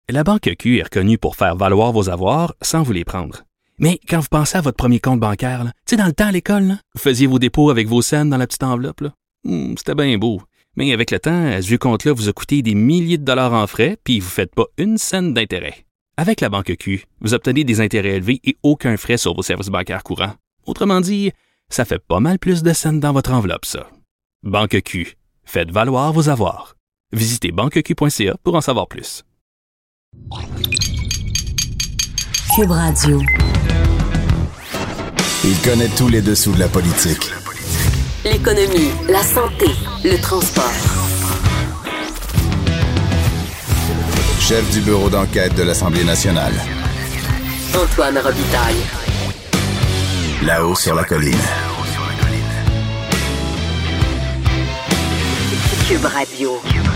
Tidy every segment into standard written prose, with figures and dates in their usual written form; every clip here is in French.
La Banque Q est reconnue pour faire valoir vos avoirs sans vous les prendre. Mais quand vous pensez à votre premier compte bancaire, tu sais, dans le temps à l'école, là, vous faisiez vos dépôts avec vos scènes dans la petite enveloppe. Là. C'était bien beau. Mais avec le temps, ce vieux compte-là vous a coûté des milliers de dollars en frais, puis vous ne faites pas une scène d'intérêt. Avec la Banque Q, vous obtenez des intérêts élevés et aucun frais sur vos services bancaires courants. Autrement dit, ça fait pas mal plus de scènes dans votre enveloppe, ça. Banque Q. Faites valoir vos avoirs. Visitez banqueq.ca pour en savoir plus. Cube Radio. Il connaît tous les dessous de la politique. L'économie, la santé, le transport. Chef du bureau d'enquête de l'Assemblée nationale. Antoine Robitaille. Là-haut sur la colline. Cube Radio.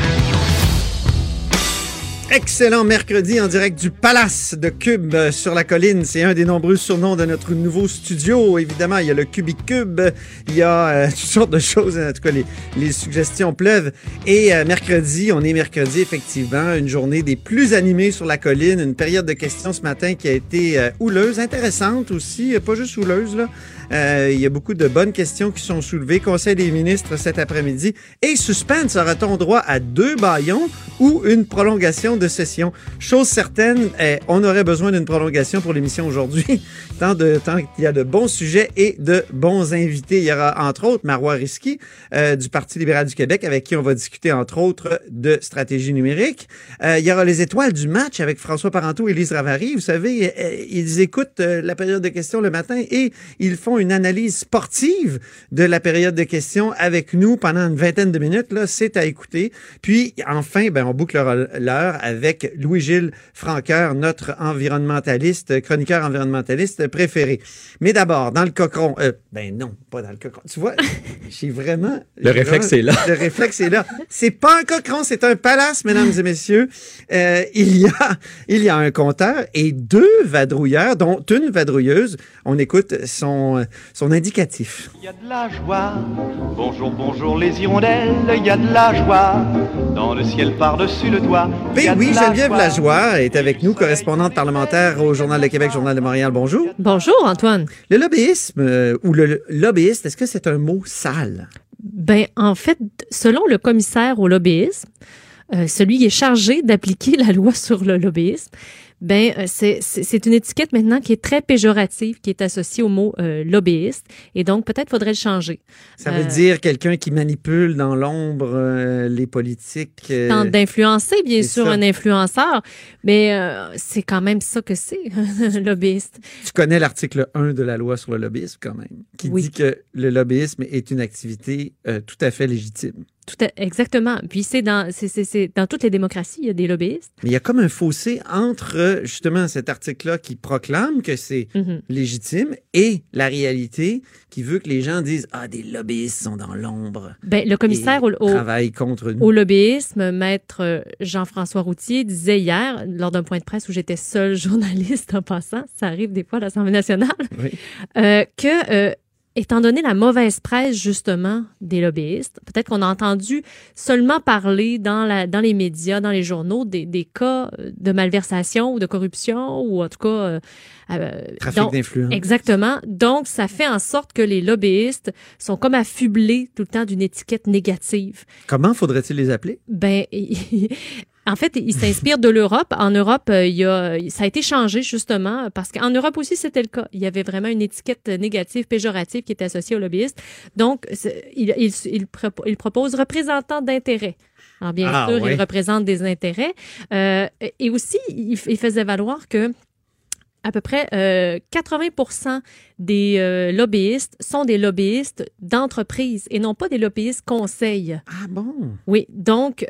Excellent mercredi en direct du Palace de Cube sur la colline. C'est un des nombreux surnoms de notre nouveau studio. Évidemment, il y a le Cubicube, il y a toutes sortes de choses. En tout cas, les suggestions pleuvent. Et mercredi, on est mercredi, effectivement, une journée des plus animées sur la colline. Une période de questions ce matin qui a été houleuse, intéressante aussi, pas juste houleuse, là. Il y a beaucoup de bonnes questions qui sont soulevées. Conseil des ministres cet après-midi. Et suspense, aura-t-on droit à 2 bâillons ou une prolongation de session? Chose certaine, on aurait besoin d'une prolongation pour l'émission aujourd'hui. Tant qu'il y a de bons sujets et de bons invités. Il y aura entre autres Marois Risky du Parti libéral du Québec avec qui on va discuter entre autres de stratégie numérique. Il y aura les étoiles du match avec François Parenteau et Lise Ravary. Vous savez, ils écoutent la période de questions le matin et ils font une analyse sportive de la période de questions avec nous pendant une vingtaine de minutes. Là, c'est à écouter. Puis, enfin, on bouclera l'heure avec Louis-Gilles Franqueur, notre environnementaliste, chroniqueur environnementaliste préféré. Mais d'abord, dans le cochon... non, pas dans le cochon. Tu vois, j'ai vraiment... Le réflexe est là. Le réflexe est là. C'est pas un cochon, c'est un palace, mesdames et messieurs. Il y a un compteur et 2 vadrouilleurs, dont une vadrouilleuse. On écoute son indicatif. Il y a de la joie, bonjour, bonjour les hirondelles, il y a de la joie, dans le ciel par-dessus le toit. Ben oui, Geneviève Lajoie est avec nous, correspondante parlementaire au Journal de Québec, Journal de Montréal. Bonjour. Bonjour, Antoine. Le lobbyisme, ou le lobbyiste, est-ce que c'est un mot sale? Ben, en fait, selon le commissaire au lobbyisme, celui qui est chargé d'appliquer la loi sur le lobbyisme, c'est une étiquette maintenant qui est très péjorative, qui est associée au mot lobbyiste, et donc peut-être faudrait le changer. Ça veut dire quelqu'un qui manipule dans l'ombre les politiques. Tente d'influencer, bien sûr, ça. un influenceur, mais c'est quand même ça que c'est, un lobbyiste. Tu connais l'article 1 de la loi sur le lobbyisme quand même, qui dit que le lobbyisme est une activité tout à fait légitime. Exactement. Puis c'est dans toutes les démocraties, il y a des lobbyistes. Mais il y a comme un fossé entre justement cet article-là qui proclame que c'est légitime et la réalité qui veut que les gens disent des lobbyistes sont dans l'ombre. Ben le commissaire travaille contre nous. Au lobbyisme, maître Jean-François Routier disait hier lors d'un point de presse où j'étais seule journaliste en passant, ça arrive des fois à l'Assemblée nationale, que étant donné la mauvaise presse, justement, des lobbyistes, peut-être qu'on a entendu seulement parler dans les médias, dans les journaux, des cas de malversation ou de corruption, ou en tout cas... trafic d'influence. Exactement. Donc, ça fait en sorte que les lobbyistes sont comme affublés tout le temps d'une étiquette négative. Comment faudrait-il les appeler? En fait, il s'inspire de l'Europe. En Europe, ça a été changé justement parce qu'en Europe aussi, c'était le cas. Il y avait vraiment une étiquette négative, péjorative qui était associée aux lobbyistes. Donc, il propose représentant d'intérêts. Alors, bien sûr, il représente des intérêts. Et aussi, il faisait valoir que à peu près 80% des lobbyistes sont des lobbyistes d'entreprise et non pas des lobbyistes conseils. Ah bon? Oui, donc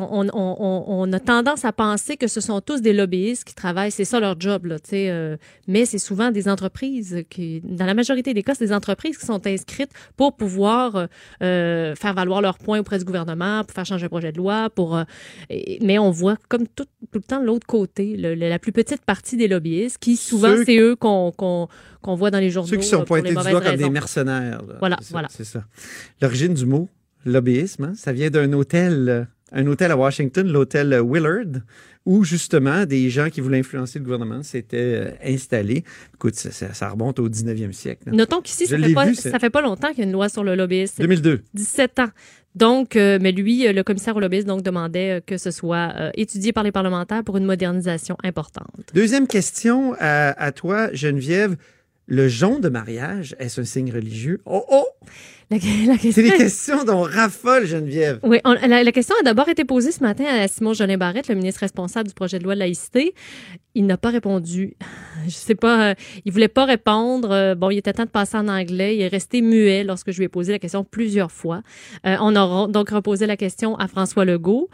on a tendance à penser que ce sont tous des lobbyistes qui travaillent, c'est ça leur job, là, mais c'est souvent des entreprises dans la majorité des cas, c'est des entreprises qui sont inscrites pour pouvoir faire valoir leurs points auprès du gouvernement, pour faire changer un projet de loi, mais on voit comme tout le temps de l'autre côté, la plus petite partie des lobbyistes qui souvent c'est eux qu'on voit dans les journaux. Ceux qui sont pointés du doigt comme des mercenaires. Là. Voilà. C'est ça. L'origine du mot lobbyisme, ça vient d'un hôtel un hôtel à Washington, l'hôtel Willard, où justement des gens qui voulaient influencer le gouvernement s'étaient installés. Écoute, ça remonte au 19e siècle. Là. Notons qu'ici, ça fait pas longtemps qu'il y a une loi sur le lobbyisme. 2002. 17 ans. Donc, mais lui, le commissaire au lobbyisme, donc, demandait que ce soit étudié par les parlementaires pour une modernisation importante. Deuxième question à toi, Geneviève. Le jonc de mariage, est-ce un signe religieux? Oh! La question... C'est des questions dont raffole Geneviève. Oui, la question a d'abord été posée ce matin à Simon Jolin Barrette, le ministre responsable du projet de loi de laïcité. Il n'a pas répondu. Je sais pas, il voulait pas répondre. Bon, il était temps de passer en anglais. Il est resté muet lorsque je lui ai posé la question plusieurs fois. On a donc reposé la question à François Legault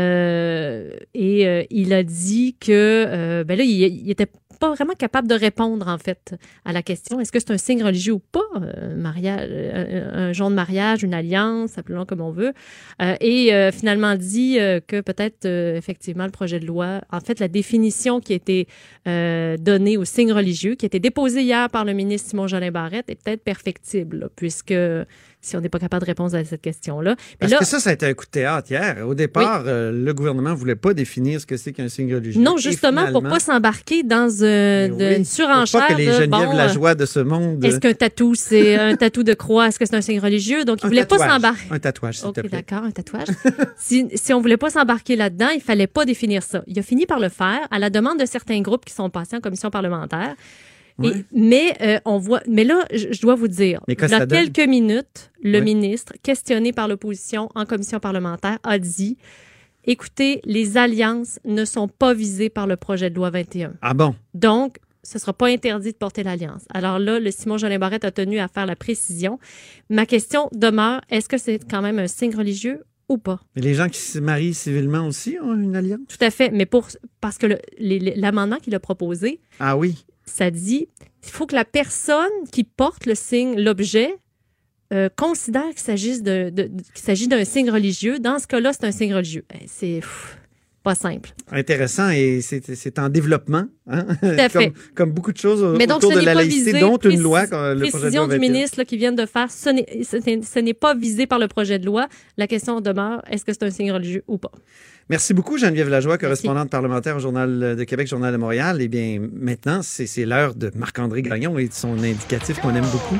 et il a dit que là, il était pas vraiment capable de répondre, en fait, à la question. Est-ce que c'est un signe religieux ou pas? Un jonc de mariage, une alliance, appelons-le comme on veut. Et finalement dit que peut-être, effectivement, le projet de loi, en fait, la définition qui a été donnée au signe religieux, qui a été déposée hier par le ministre Simon Jolin Barrette, est peut-être perfectible, là, puisque si on n'est pas capable de répondre à cette question-là. Parce que ça a été un coup de théâtre hier. Au départ, le gouvernement ne voulait pas définir ce que c'est qu'un signe religieux. Non, justement, pour ne pas s'embarquer dans une surenchère. Pour pas que les Geneviève Lajoie de ce monde... Est-ce qu'un tatou, c'est un tatou de croix? Est-ce que c'est un signe religieux? Donc, il ne voulait pas s'embarquer. Un tatouage, s'il te plaît. D'accord, un tatouage. si on ne voulait pas s'embarquer là-dedans, il ne fallait pas définir ça. Il a fini par le faire à la demande de certains groupes qui sont passés en commission parlementaire. Ouais. Mais là, je dois vous dire, il y a quelques minutes, le ministre, questionné par l'opposition en commission parlementaire, a dit « Écoutez, les alliances ne sont pas visées par le projet de loi 21. » Ah bon? Donc, ce ne sera pas interdit de porter l'alliance. Alors là, le Simon Jolin Barrette a tenu à faire la précision. Ma question demeure, est-ce que c'est quand même un signe religieux ou pas? Mais les gens qui se marient civilement aussi ont une alliance? Tout à fait, mais parce que l'amendement qu'il a proposé... Ah oui? Ça dit, il faut que la personne qui porte le signe, l'objet, considère qu'il s'agit d'un signe religieux. Dans ce cas-là, c'est un signe religieux. C'est pas simple. Intéressant et c'est en développement. Hein? Tout à fait. Comme beaucoup de choses autour donc, de la laïcité, dont une loi. Le précision du ministre là, qui vient de faire, ce n'est pas visé par le projet de loi. La question demeure, est-ce que c'est un signe religieux ou pas? Merci beaucoup, Geneviève Lajoie, correspondante parlementaire au Journal de Québec, Journal de Montréal. Eh bien, maintenant, c'est l'heure de Marc-André Gagnon et de son indicatif qu'on aime beaucoup.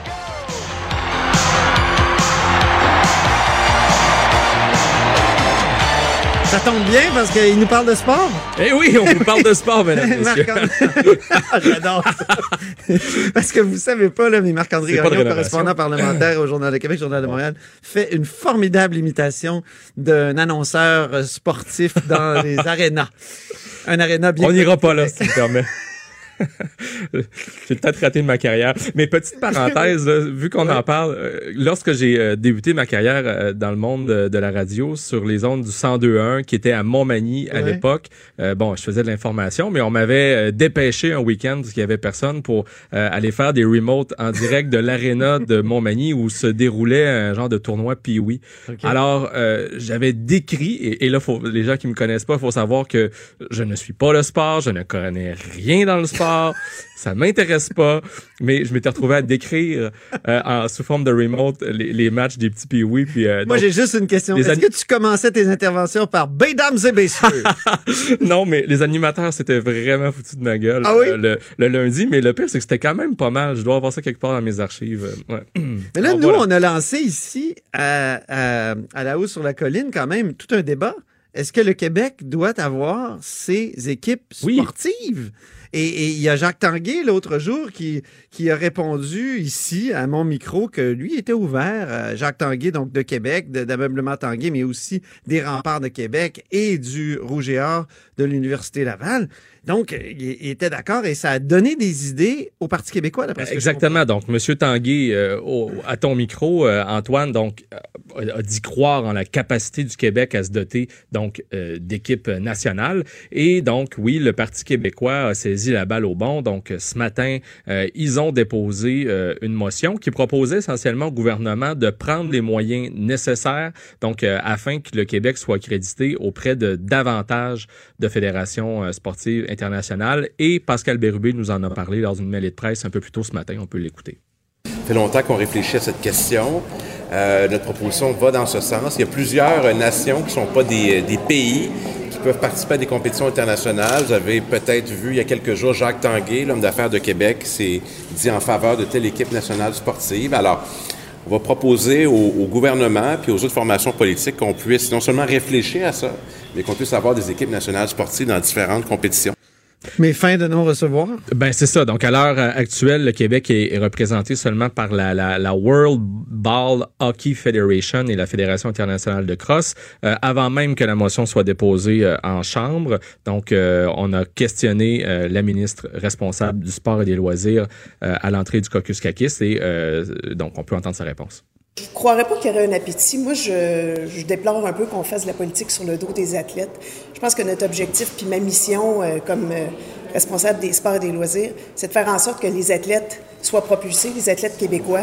Ça tombe bien parce qu'il nous parle de sport. Eh oui, on vous parle de sport, mesdames et messieurs. J'adore ça. Parce que vous savez pas, là, mais Marc-André Gagnon, correspondant parlementaire au Journal de Québec, Journal de Montréal, fait une formidable imitation d'un annonceur sportif dans les arénas. Un aréna bien... On n'ira pas là, si tu me permets. J'ai peut-être raté de ma carrière. Mais petite parenthèse, là, vu qu'on en parle, lorsque j'ai débuté ma carrière dans le monde de la radio sur les ondes du 102.1 qui était à Montmagny à l'époque, je faisais de l'information, mais on m'avait dépêché un week-end parce qu'il y avait personne pour aller faire des remotes en direct de l'aréna de Montmagny où se déroulait un genre de tournoi Pee-Wee. Okay. Alors, j'avais décrit, et là, les gens qui me connaissent pas, il faut savoir que je ne suis pas le sport, je ne connais rien dans le sport. Ça m'intéresse pas, mais je m'étais retrouvé à décrire sous forme de remote les matchs des petits Pee-Wee. Moi, j'ai juste une question. Est-ce que tu commençais tes interventions par « Mesdames et messieurs » Non, mais les animateurs s'étaient vraiment foutus de ma gueule le lundi, mais le pire, c'est que c'était quand même pas mal. Je dois avoir ça quelque part dans mes archives. Ouais. Mais là, on a lancé ici, à la hausse sur la colline, quand même, tout un débat. Est-ce que le Québec doit avoir ses équipes sportives? Et il y a Jacques Tanguay, l'autre jour, qui a répondu ici, à mon micro, que lui était ouvert. Jacques Tanguay, donc de Québec, d'ameublement Tanguay, mais aussi des Remparts de Québec et du Rouge et Or de l'Université Laval. Donc, il était d'accord et ça a donné des idées au Parti québécois, d'après ce que Exactement. Donc, M. Tanguay, à ton micro, Antoine, donc, a dit croire en la capacité du Québec à se doter donc d'équipes nationales. Et donc, oui, le Parti québécois a saisi la balle au bon. Donc, ce matin, ils ont déposé une motion qui proposait essentiellement au gouvernement de prendre les moyens nécessaires donc afin que le Québec soit crédité auprès de davantage de fédérations sportives internationales. Et Pascal Bérubé nous en a parlé lors d'une mêlée de presse un peu plus tôt ce matin. On peut l'écouter. fait longtemps qu'on réfléchit à cette question. Notre proposition va dans ce sens. Il y a plusieurs nations qui ne sont pas des pays qui peuvent participer à des compétitions internationales. Vous avez peut-être vu il y a quelques jours Jacques Tanguay, l'homme d'affaires de Québec, qui s'est dit en faveur de telle équipe nationale sportive. Alors, on va proposer au gouvernement puis aux autres formations politiques qu'on puisse non seulement réfléchir à ça, mais qu'on puisse avoir des équipes nationales sportives dans différentes compétitions. Mais fin de non-recevoir? Ben c'est ça. Donc à l'heure actuelle, le Québec est représenté seulement par la World Ball Hockey Federation et la Fédération internationale de crosse, avant même que la motion soit déposée en chambre. Donc on a questionné la ministre responsable du sport et des loisirs à l'entrée du caucus caucus et donc on peut entendre sa réponse. Je ne croirais pas qu'il y aurait un appétit. Moi, je déplore un peu qu'on fasse de la politique sur le dos des athlètes. Je pense que notre objectif, puis ma mission comme responsable des sports et des loisirs, c'est de faire en sorte que les athlètes soient propulsés, les athlètes québécois.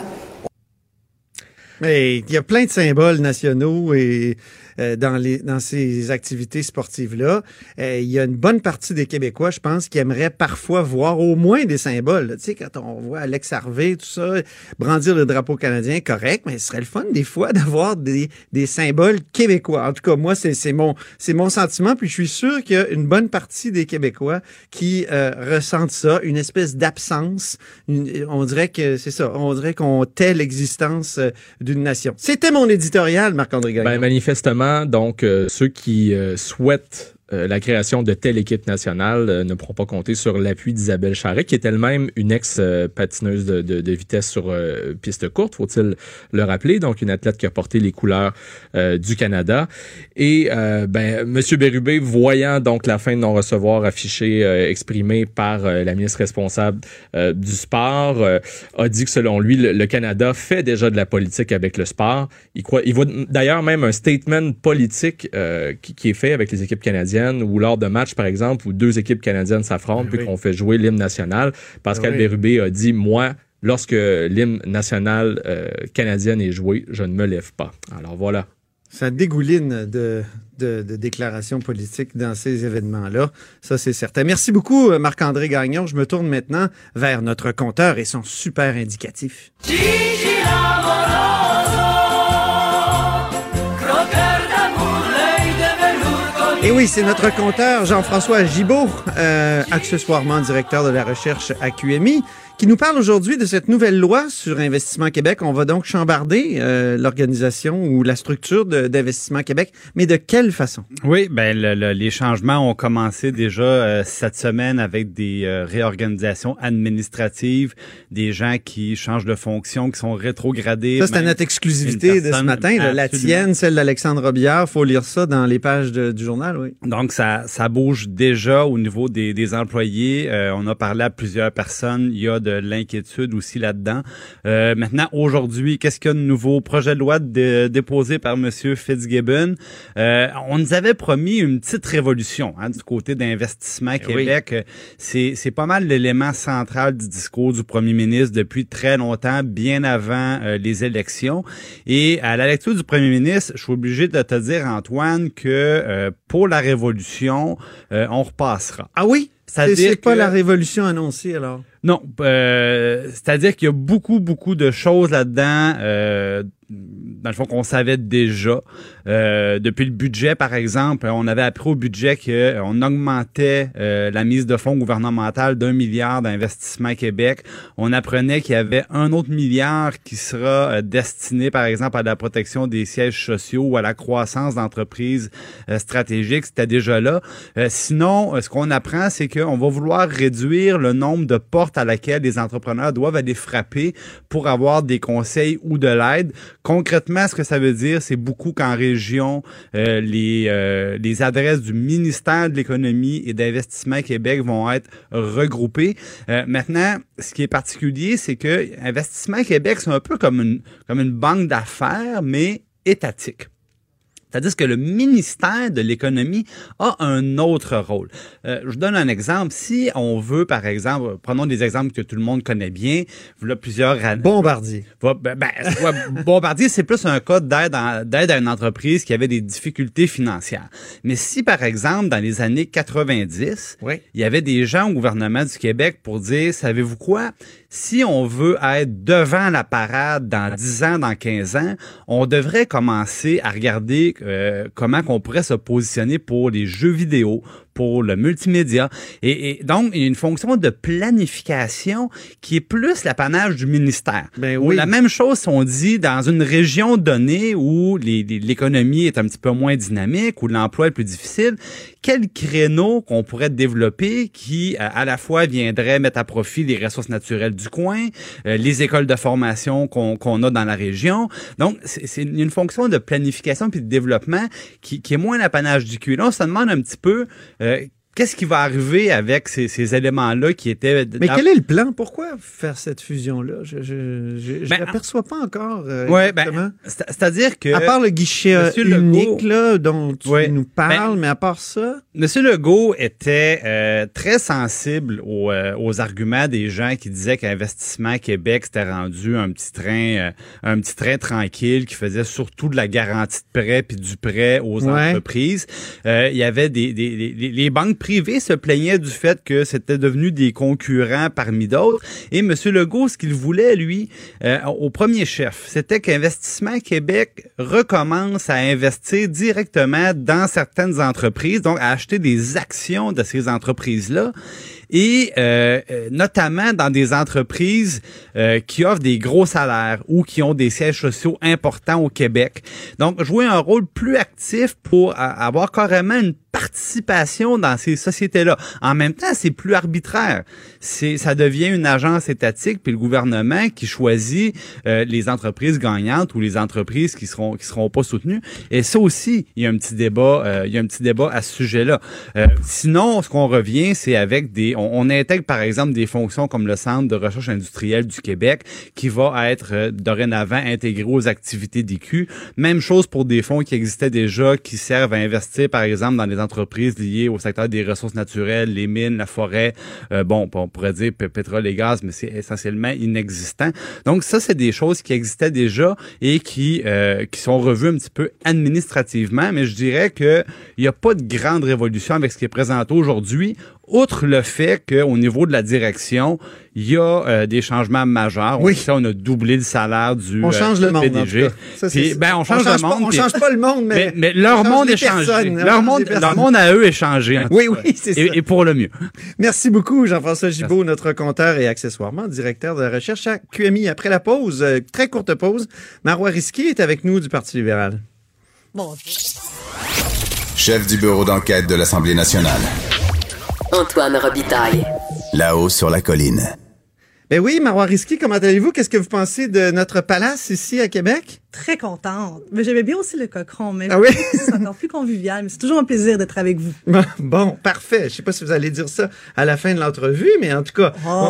Mais il y a plein de symboles nationaux et dans ces activités sportives-là. Il y a une bonne partie des Québécois, je pense, qui aimeraient parfois voir au moins des symboles. Tu sais, quand on voit Alex Harvey, tout ça, brandir le drapeau canadien, correct, mais ce serait le fun des fois d'avoir des symboles québécois. En tout cas, moi, c'est mon sentiment, puis je suis sûr qu'il y a une bonne partie des Québécois qui ressentent ça, une espèce d'absence. On dirait que c'est ça, on dirait qu'on tait l'existence d'une nation. C'était mon éditorial, Marc-André Gagnon. Ben, manifestement, donc, ceux qui souhaitent la création de telle équipe nationale ne pourront pas compter sur l'appui d'Isabelle Charret, qui est elle-même une ex-patineuse de vitesse sur piste courte, faut-il le rappeler. Donc, une athlète qui a porté les couleurs du Canada. Et M. Bérubé, voyant donc la fin de non-recevoir affichée, exprimée par la ministre responsable du sport, a dit que selon lui, le Canada fait déjà de la politique avec le sport. Il voit d'ailleurs même un statement politique qui est fait avec les équipes canadiennes ou lors de matchs, par exemple, où deux équipes canadiennes s'affrontent puis qu'on fait jouer l'hymne national. Pascal Bérubé a dit, moi, lorsque l'hymne national canadien est joué, je ne me lève pas. Alors voilà. Ça dégouline de déclarations politiques dans ces événements-là. Ça, c'est certain. Merci beaucoup, Marc-André Gagnon. Je me tourne maintenant vers notre compteur et son super indicatif. Et oui, c'est notre compteur Jean-François Gibault, accessoirement directeur de la recherche à QMI, qui nous parle aujourd'hui de cette nouvelle loi sur Investissement Québec. On va donc chambarder l'organisation ou la structure d'Investissement Québec, mais de quelle façon? Oui, les changements ont commencé déjà cette semaine avec des réorganisations administratives, des gens qui changent de fonction, qui sont rétrogradés. Ça, c'était notre exclusivité de ce matin, là, la tienne, celle d'Alexandre Robillard. Faut lire ça dans les pages du journal, oui. Donc, ça bouge déjà au niveau des employés. On a parlé à plusieurs personnes. Il y a de l'inquiétude aussi là-dedans. Maintenant, aujourd'hui, qu'est-ce qu'il y a de nouveau? Projet de loi déposé par M. Fitzgibbon. On nous avait promis une petite révolution du côté d'Investissement Québec. Oui. C'est pas mal l'élément central du discours du premier ministre depuis très longtemps, bien avant les élections. Et à la lecture du premier ministre, je suis obligé de te dire, Antoine, que pour la révolution, on repassera. Ah oui? C'est pas la révolution annoncée, alors? Non, c'est-à-dire qu'il y a beaucoup de choses là-dedans, dans le fond, qu'on savait déjà. Depuis le budget, par exemple, on avait appris au budget qu'on augmentait la mise de fonds gouvernementale d'1 milliard d'Investissement Québec. On apprenait qu'il y avait un autre milliard qui sera destiné, par exemple, à la protection des sièges sociaux ou à la croissance d'entreprises stratégiques. C'était déjà là. Sinon, ce qu'on apprend, c'est qu'on va vouloir réduire le nombre de portes à laquelle les entrepreneurs doivent aller frapper pour avoir des conseils ou de l'aide. Concrètement, ce que ça veut dire, c'est beaucoup qu'en région, les adresses du ministère de l'Économie et d'Investissement Québec vont être regroupées. Maintenant, ce qui est particulier, c'est que Investissement Québec, c'est un peu comme une banque d'affaires, mais étatique. C'est-à-dire que le ministère de l'Économie a un autre rôle. Je vous donne un exemple. Si on veut, par exemple, prenons des exemples que tout le monde connaît bien, voilà plusieurs années. Bombardier. Bombardier, c'est plus un cas d'aide à une entreprise qui avait des difficultés financières. Mais si, par exemple, dans les années 90, il y avait des gens au gouvernement du Québec pour dire, savez-vous quoi? Si on veut être devant la parade dans 10 ans, dans 15 ans, on devrait commencer à regarder comment qu'on pourrait se positionner pour les jeux vidéo, pour le multimédia. Et donc, il y a une fonction de planification qui est plus l'apanage du ministère. Ben oui. La même chose si on dit dans une région donnée où l'économie est un petit peu moins dynamique, où l'emploi est plus difficile, quel créneau qu'on pourrait développer qui, à la fois, viendrait mettre à profit les ressources naturelles du coin, les écoles de formation qu'on a dans la région. Donc, c'est une fonction de planification puis de développement qui est moins l'apanage du QI. Là, on se demande un petit peu qu'est-ce qui va arriver avec ces éléments-là qui étaient... Mais quel est le plan? Pourquoi faire cette fusion-là? Je l'aperçois pas encore. C'est-à-dire que... À part le guichet unique là, dont tu nous parles, mais à part ça... M. Legault était très sensible aux arguments des gens qui disaient qu'Investissement Québec s'était rendu un petit train tranquille qui faisait surtout de la garantie de prêt puis du prêt aux entreprises. Il y avait les banques privés se plaignaient du fait que c'était devenu des concurrents parmi d'autres. Et M. Legault, ce qu'il voulait, lui, au premier chef, c'était qu'Investissement Québec recommence à investir directement dans certaines entreprises, donc à acheter des actions de ces entreprises-là. Et notamment dans des entreprises qui offrent des gros salaires ou qui ont des sièges sociaux importants au Québec. Donc, jouer un rôle plus actif pour avoir carrément une participation dans ces sociétés-là. En même temps, c'est plus arbitraire. Ça devient une agence étatique, puis le gouvernement qui choisit les entreprises gagnantes ou les entreprises qui seront pas soutenues. Et ça aussi, il y a un petit débat à ce sujet-là. Sinon, ce qu'on revient, c'est avec on intègre par exemple des fonctions comme le Centre de recherche industrielle du Québec qui va être dorénavant intégré aux activités d'IQ. Même chose pour des fonds qui existaient déjà qui servent à investir par exemple dans des entreprises liées au secteur des ressources naturelles, les mines, la forêt. On pourrait dire pétrole et gaz, mais c'est essentiellement inexistant. Donc ça, c'est des choses qui existaient déjà et qui sont revues un petit peu administrativement, mais je dirais que il n'y a pas de grande révolution avec ce qui est présenté aujourd'hui. Outre le fait qu'au niveau de la direction, il y a des changements majeurs. Oui. On a doublé le salaire du on change le monde, PDG. En tout cas. Ça, puis, on change le monde. On change pas le monde, mais leur monde est changé. Leur monde à eux est changé. Oui, c'est ça. Et pour le mieux. Merci beaucoup, Jean-François Gibault, notre compteur et accessoirement directeur de la recherche à QMI. Après la pause, très courte pause, Marois Risky est avec nous du Parti libéral. Bon. Chef du bureau d'enquête de l'Assemblée nationale. Antoine Robitaille. Là-haut sur la colline. Ben oui, Marois Risky, comment allez-vous? Qu'est-ce que vous pensez de notre palace ici à Québec? Très contente. Mais j'aimais bien aussi le cochon, mais ah oui? c'est encore plus convivial. Mais c'est toujours un plaisir d'être avec vous. Bon, parfait. Je sais pas si vous allez dire ça à la fin de l'entrevue, mais en tout cas... Oh.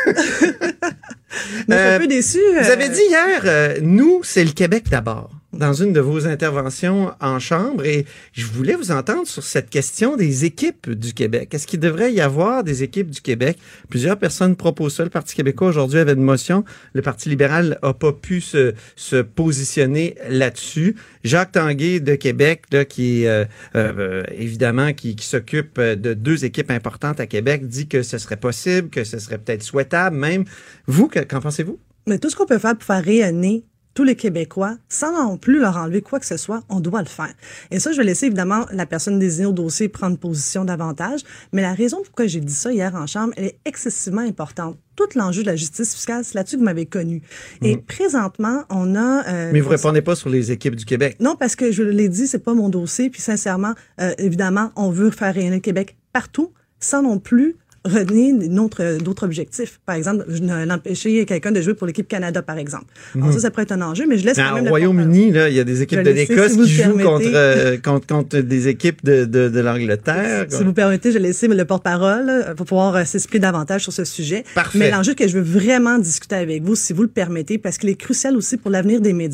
Je suis un peu déçue. Vous avez dit hier, nous, c'est le Québec d'abord, dans une de vos interventions en chambre, et je voulais vous entendre sur cette question des équipes du Québec. Est-ce qu'il devrait y avoir des équipes du Québec? Plusieurs personnes proposent ça. Le Parti québécois, aujourd'hui, avait une motion. Le Parti libéral n'a pas pu se positionner là-dessus. Jacques Tanguay de Québec, là, qui évidemment, qui s'occupe de 2 équipes importantes à Québec, dit que ce serait possible, que ce serait peut-être souhaitable même. Vous, qu'en pensez-vous? Mais tout ce qu'on peut faire pour faire rayonner tous les Québécois, sans non plus leur enlever quoi que ce soit, on doit le faire. Et ça, je vais laisser évidemment la personne désignée au dossier prendre position davantage, mais la raison pourquoi j'ai dit ça hier en chambre, elle est excessivement importante. Tout l'enjeu de la justice fiscale, c'est là-dessus que vous m'avez connu. Et présentement, on a... mais vous répondez pas sur les équipes du Québec. Non, parce que je l'ai dit, c'est pas mon dossier, puis sincèrement, évidemment, on veut faire rayonner le Québec partout, sans non plus renier d'autres objectifs. Par exemple, l'empêcher quelqu'un de jouer pour l'équipe Canada, par exemple. Alors ça pourrait être un enjeu, mais je laisse quand même... Au Royaume-Uni, là, il y a des équipes de l'Écosse qui jouent contre des équipes de l'Angleterre. Si vous permettez, je vais laisser le porte-parole pour pouvoir s'expliquer davantage sur ce sujet. Parfait. Mais l'enjeu que je veux vraiment discuter avec vous, si vous le permettez, parce qu'il est crucial aussi pour l'avenir des médias.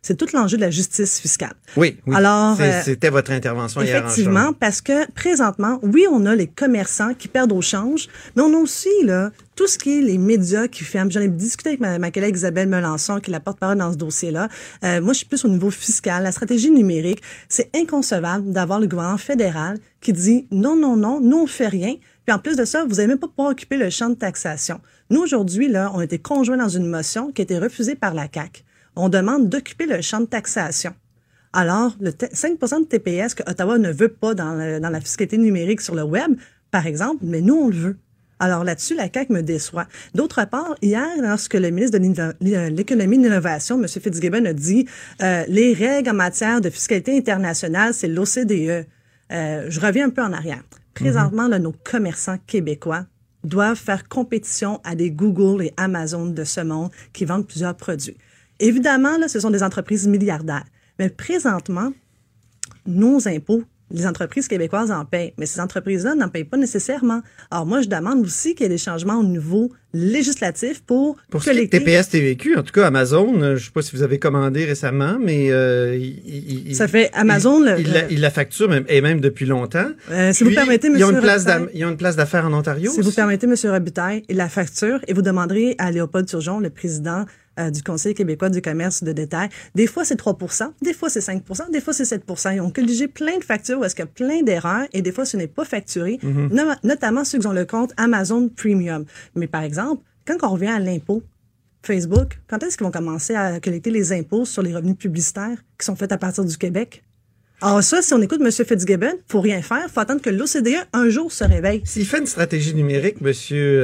C'est tout l'enjeu de la justice fiscale. Oui. Alors, c'était votre intervention hier en effectivement, parce que présentement, oui, on a les commerçants qui perdent au change, mais on a aussi là tout ce qui est les médias qui ferment. J'en ai discuté avec ma collègue Isabelle Melançon, qui est la porte-parole dans ce dossier-là. Moi, je suis plus au niveau fiscal. La stratégie numérique, c'est inconcevable d'avoir le gouvernement fédéral qui dit non, nous on fait rien. Puis en plus de ça, vous n'allez même pas pouvoir occuper le champ de taxation. Nous, aujourd'hui, là, on a été conjoints dans une motion qui a été refusée par la CAQ. On demande d'occuper le champ de taxation. Alors, le 5 de TPS que Ottawa ne veut pas dans la fiscalité numérique sur le web, par exemple, mais nous, on le veut. Alors là-dessus, la CAQ me déçoit. D'autre part, hier, lorsque le ministre de l'Économie et de l'Innovation, M. Fitzgibbon, a dit les règles en matière de fiscalité internationale, c'est l'OCDE. Je reviens un peu en arrière. Présentement, là, nos commerçants québécois doivent faire compétition à des Google et Amazon de ce monde qui vendent plusieurs produits. Évidemment, là, ce sont des entreprises milliardaires. Mais présentement, nos impôts, les entreprises québécoises en payent, mais ces entreprises-là n'en payent pas nécessairement. Alors moi, je demande aussi qu'il y ait des changements au niveau législatif pour collecter... Pour TPS TVQ, en tout cas Amazon, je ne sais pas si vous avez commandé récemment, mais ça fait Amazon... Il la facture, et même depuis longtemps. Si vous permettez, M. Robitaille... Ils ont une place d'affaires en Ontario? Si vous permettez, M. Robitaille, il la facture et vous demanderez à Léopold Turgeon, le président du Conseil québécois du commerce de détail. Des fois, c'est 3 des fois, c'est 5 des fois, c'est 7 Ils ont colligé plein de factures où est-ce qu'il y a plein d'erreurs et des fois, ce n'est pas facturé, notamment ceux qui ont le compte Amazon Premium. Mais par exemple, quand on revient à l'impôt, Facebook, quand est-ce qu'ils vont commencer à collecter les impôts sur les revenus publicitaires qui sont faits à partir du Québec? Alors ça, si on écoute M. Fitzgibbon, faut rien faire, faut attendre que l'OCDE un jour se réveille. S'il fait une stratégie numérique, M.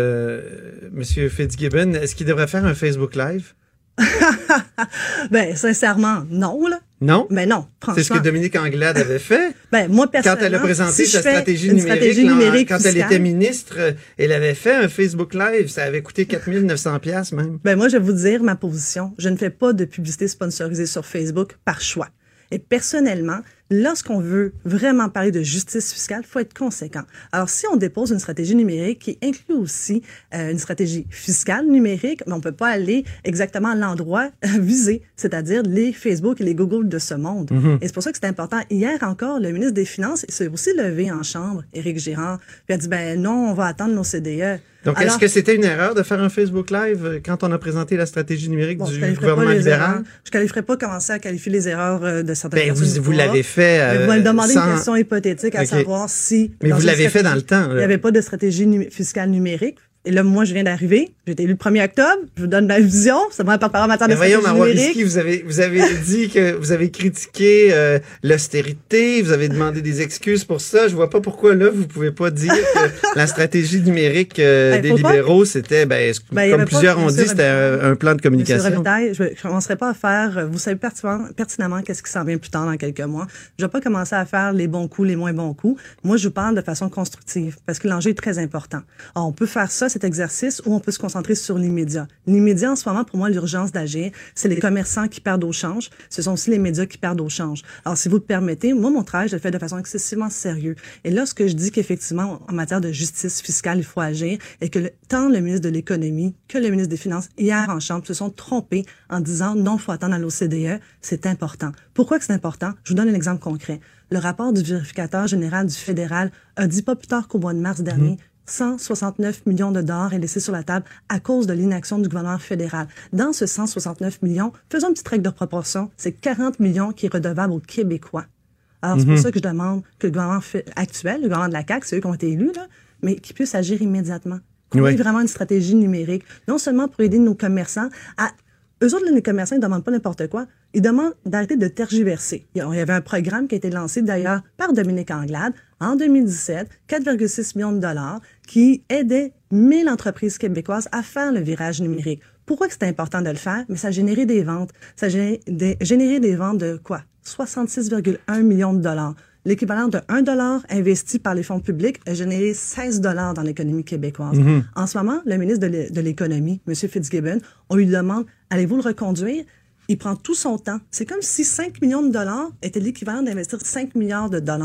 Fitzgibbon, est-ce qu'il devrait faire un Facebook Live? Ben, sincèrement, non, là. Non? Ben non, franchement. C'est ce que Dominique Anglade avait fait. Ben, moi, personnellement. Quand elle a présenté sa stratégie numérique, quand elle était ministre, elle avait fait un Facebook Live. Ça avait coûté 4 900 $ même. Ben, moi, je vais vous dire ma position. Je ne fais pas de publicité sponsorisée sur Facebook par choix. Et personnellement, lorsqu'on veut vraiment parler de justice fiscale, il faut être conséquent. Alors, si on dépose une stratégie numérique qui inclut aussi une stratégie fiscale numérique, mais on peut pas aller exactement à l'endroit visé, c'est-à-dire les Facebook et les Google de ce monde. Et c'est pour ça que c'est important. Hier encore, le ministre des Finances s'est aussi levé en chambre, Éric Girard, puis a dit, ben non, on va attendre nos CDE. Donc, est-ce que c'était une erreur de faire un Facebook Live quand on a présenté la stratégie numérique du gouvernement libéral? Je qualifierais pas commencer à qualifier les erreurs de certaines personnes. Vous l'avez fait. Vous me demandez une question hypothétique à savoir si... Mais vous l'avez fait dans le temps. Il n'y avait pas de stratégie fiscale numérique. Et là, moi, je viens d'arriver. J'ai été élu le 1er octobre. Je vous donne ma vision. C'est moi, porte-parole en matière de stratégie numérique. Vous avez dit que vous avez critiqué l'austérité. Vous avez demandé des excuses pour ça. Je vois pas pourquoi, là, vous pouvez pas dire que la stratégie numérique des libéraux, c'était, comme plusieurs ont dit, c'était un plan de communication. Monsieur Robitaille, je commencerai pas à faire... Vous savez pertinemment qu'est-ce qui s'en vient plus tard dans quelques mois. Je vais pas commencer à faire les bons coups, les moins bons coups. Moi, je vous parle de façon constructive parce que l'enjeu est très important. Alors, on peut faire ça, cet exercice, où on peut se concentrer sur l'immédiat. L'immédiat, en ce moment, pour moi, l'urgence d'agir, c'est les commerçants qui perdent au change. Ce sont aussi les médias qui perdent au change. Alors, si vous le permettez, moi, mon travail, je le fais de façon excessivement sérieuse. Et lorsque je dis qu'effectivement, en matière de justice fiscale, il faut agir, et que tant le ministre de l'Économie que le ministre des Finances, hier en Chambre, se sont trompés en disant non, il faut attendre à l'OCDE, c'est important. Pourquoi que c'est important? Je vous donne un exemple concret. Le rapport du vérificateur général du fédéral a dit pas plus tard qu'au mois de mars dernier, 169 millions de dollars est laissé sur la table à cause de l'inaction du gouvernement fédéral. Dans ce 169 millions, faisons une petite règle de proportion, c'est 40 millions qui est redevable aux Québécois. Alors, c'est pour ça que je demande que le gouvernement actuel, le gouvernement de la CAQ, c'est eux qui ont été élus, là, mais qu'ils puissent agir immédiatement. Qu'on ait vraiment une stratégie numérique, non seulement pour aider nos commerçants à... Eux autres, les commerçants, ils ne demandent pas n'importe quoi. Ils demandent d'arrêter de tergiverser. Il y avait un programme qui a été lancé d'ailleurs par Dominique Anglade en 2017, 4,6 millions de dollars, qui aidait 1000 entreprises québécoises à faire le virage numérique. Pourquoi que c'était important de le faire? Mais ça a généré des ventes. Ça a généré des ventes de quoi? 66,1 millions de dollars. L'équivalent de 1 $ investi par les fonds publics a généré 16 $ dans l'économie québécoise. En ce moment, le ministre de l'Économie, M. Fitzgibbon, on lui demande, allez-vous le reconduire? Il prend tout son temps. C'est comme si 5 millions de dollars était l'équivalent d'investir 5 milliards de dollars.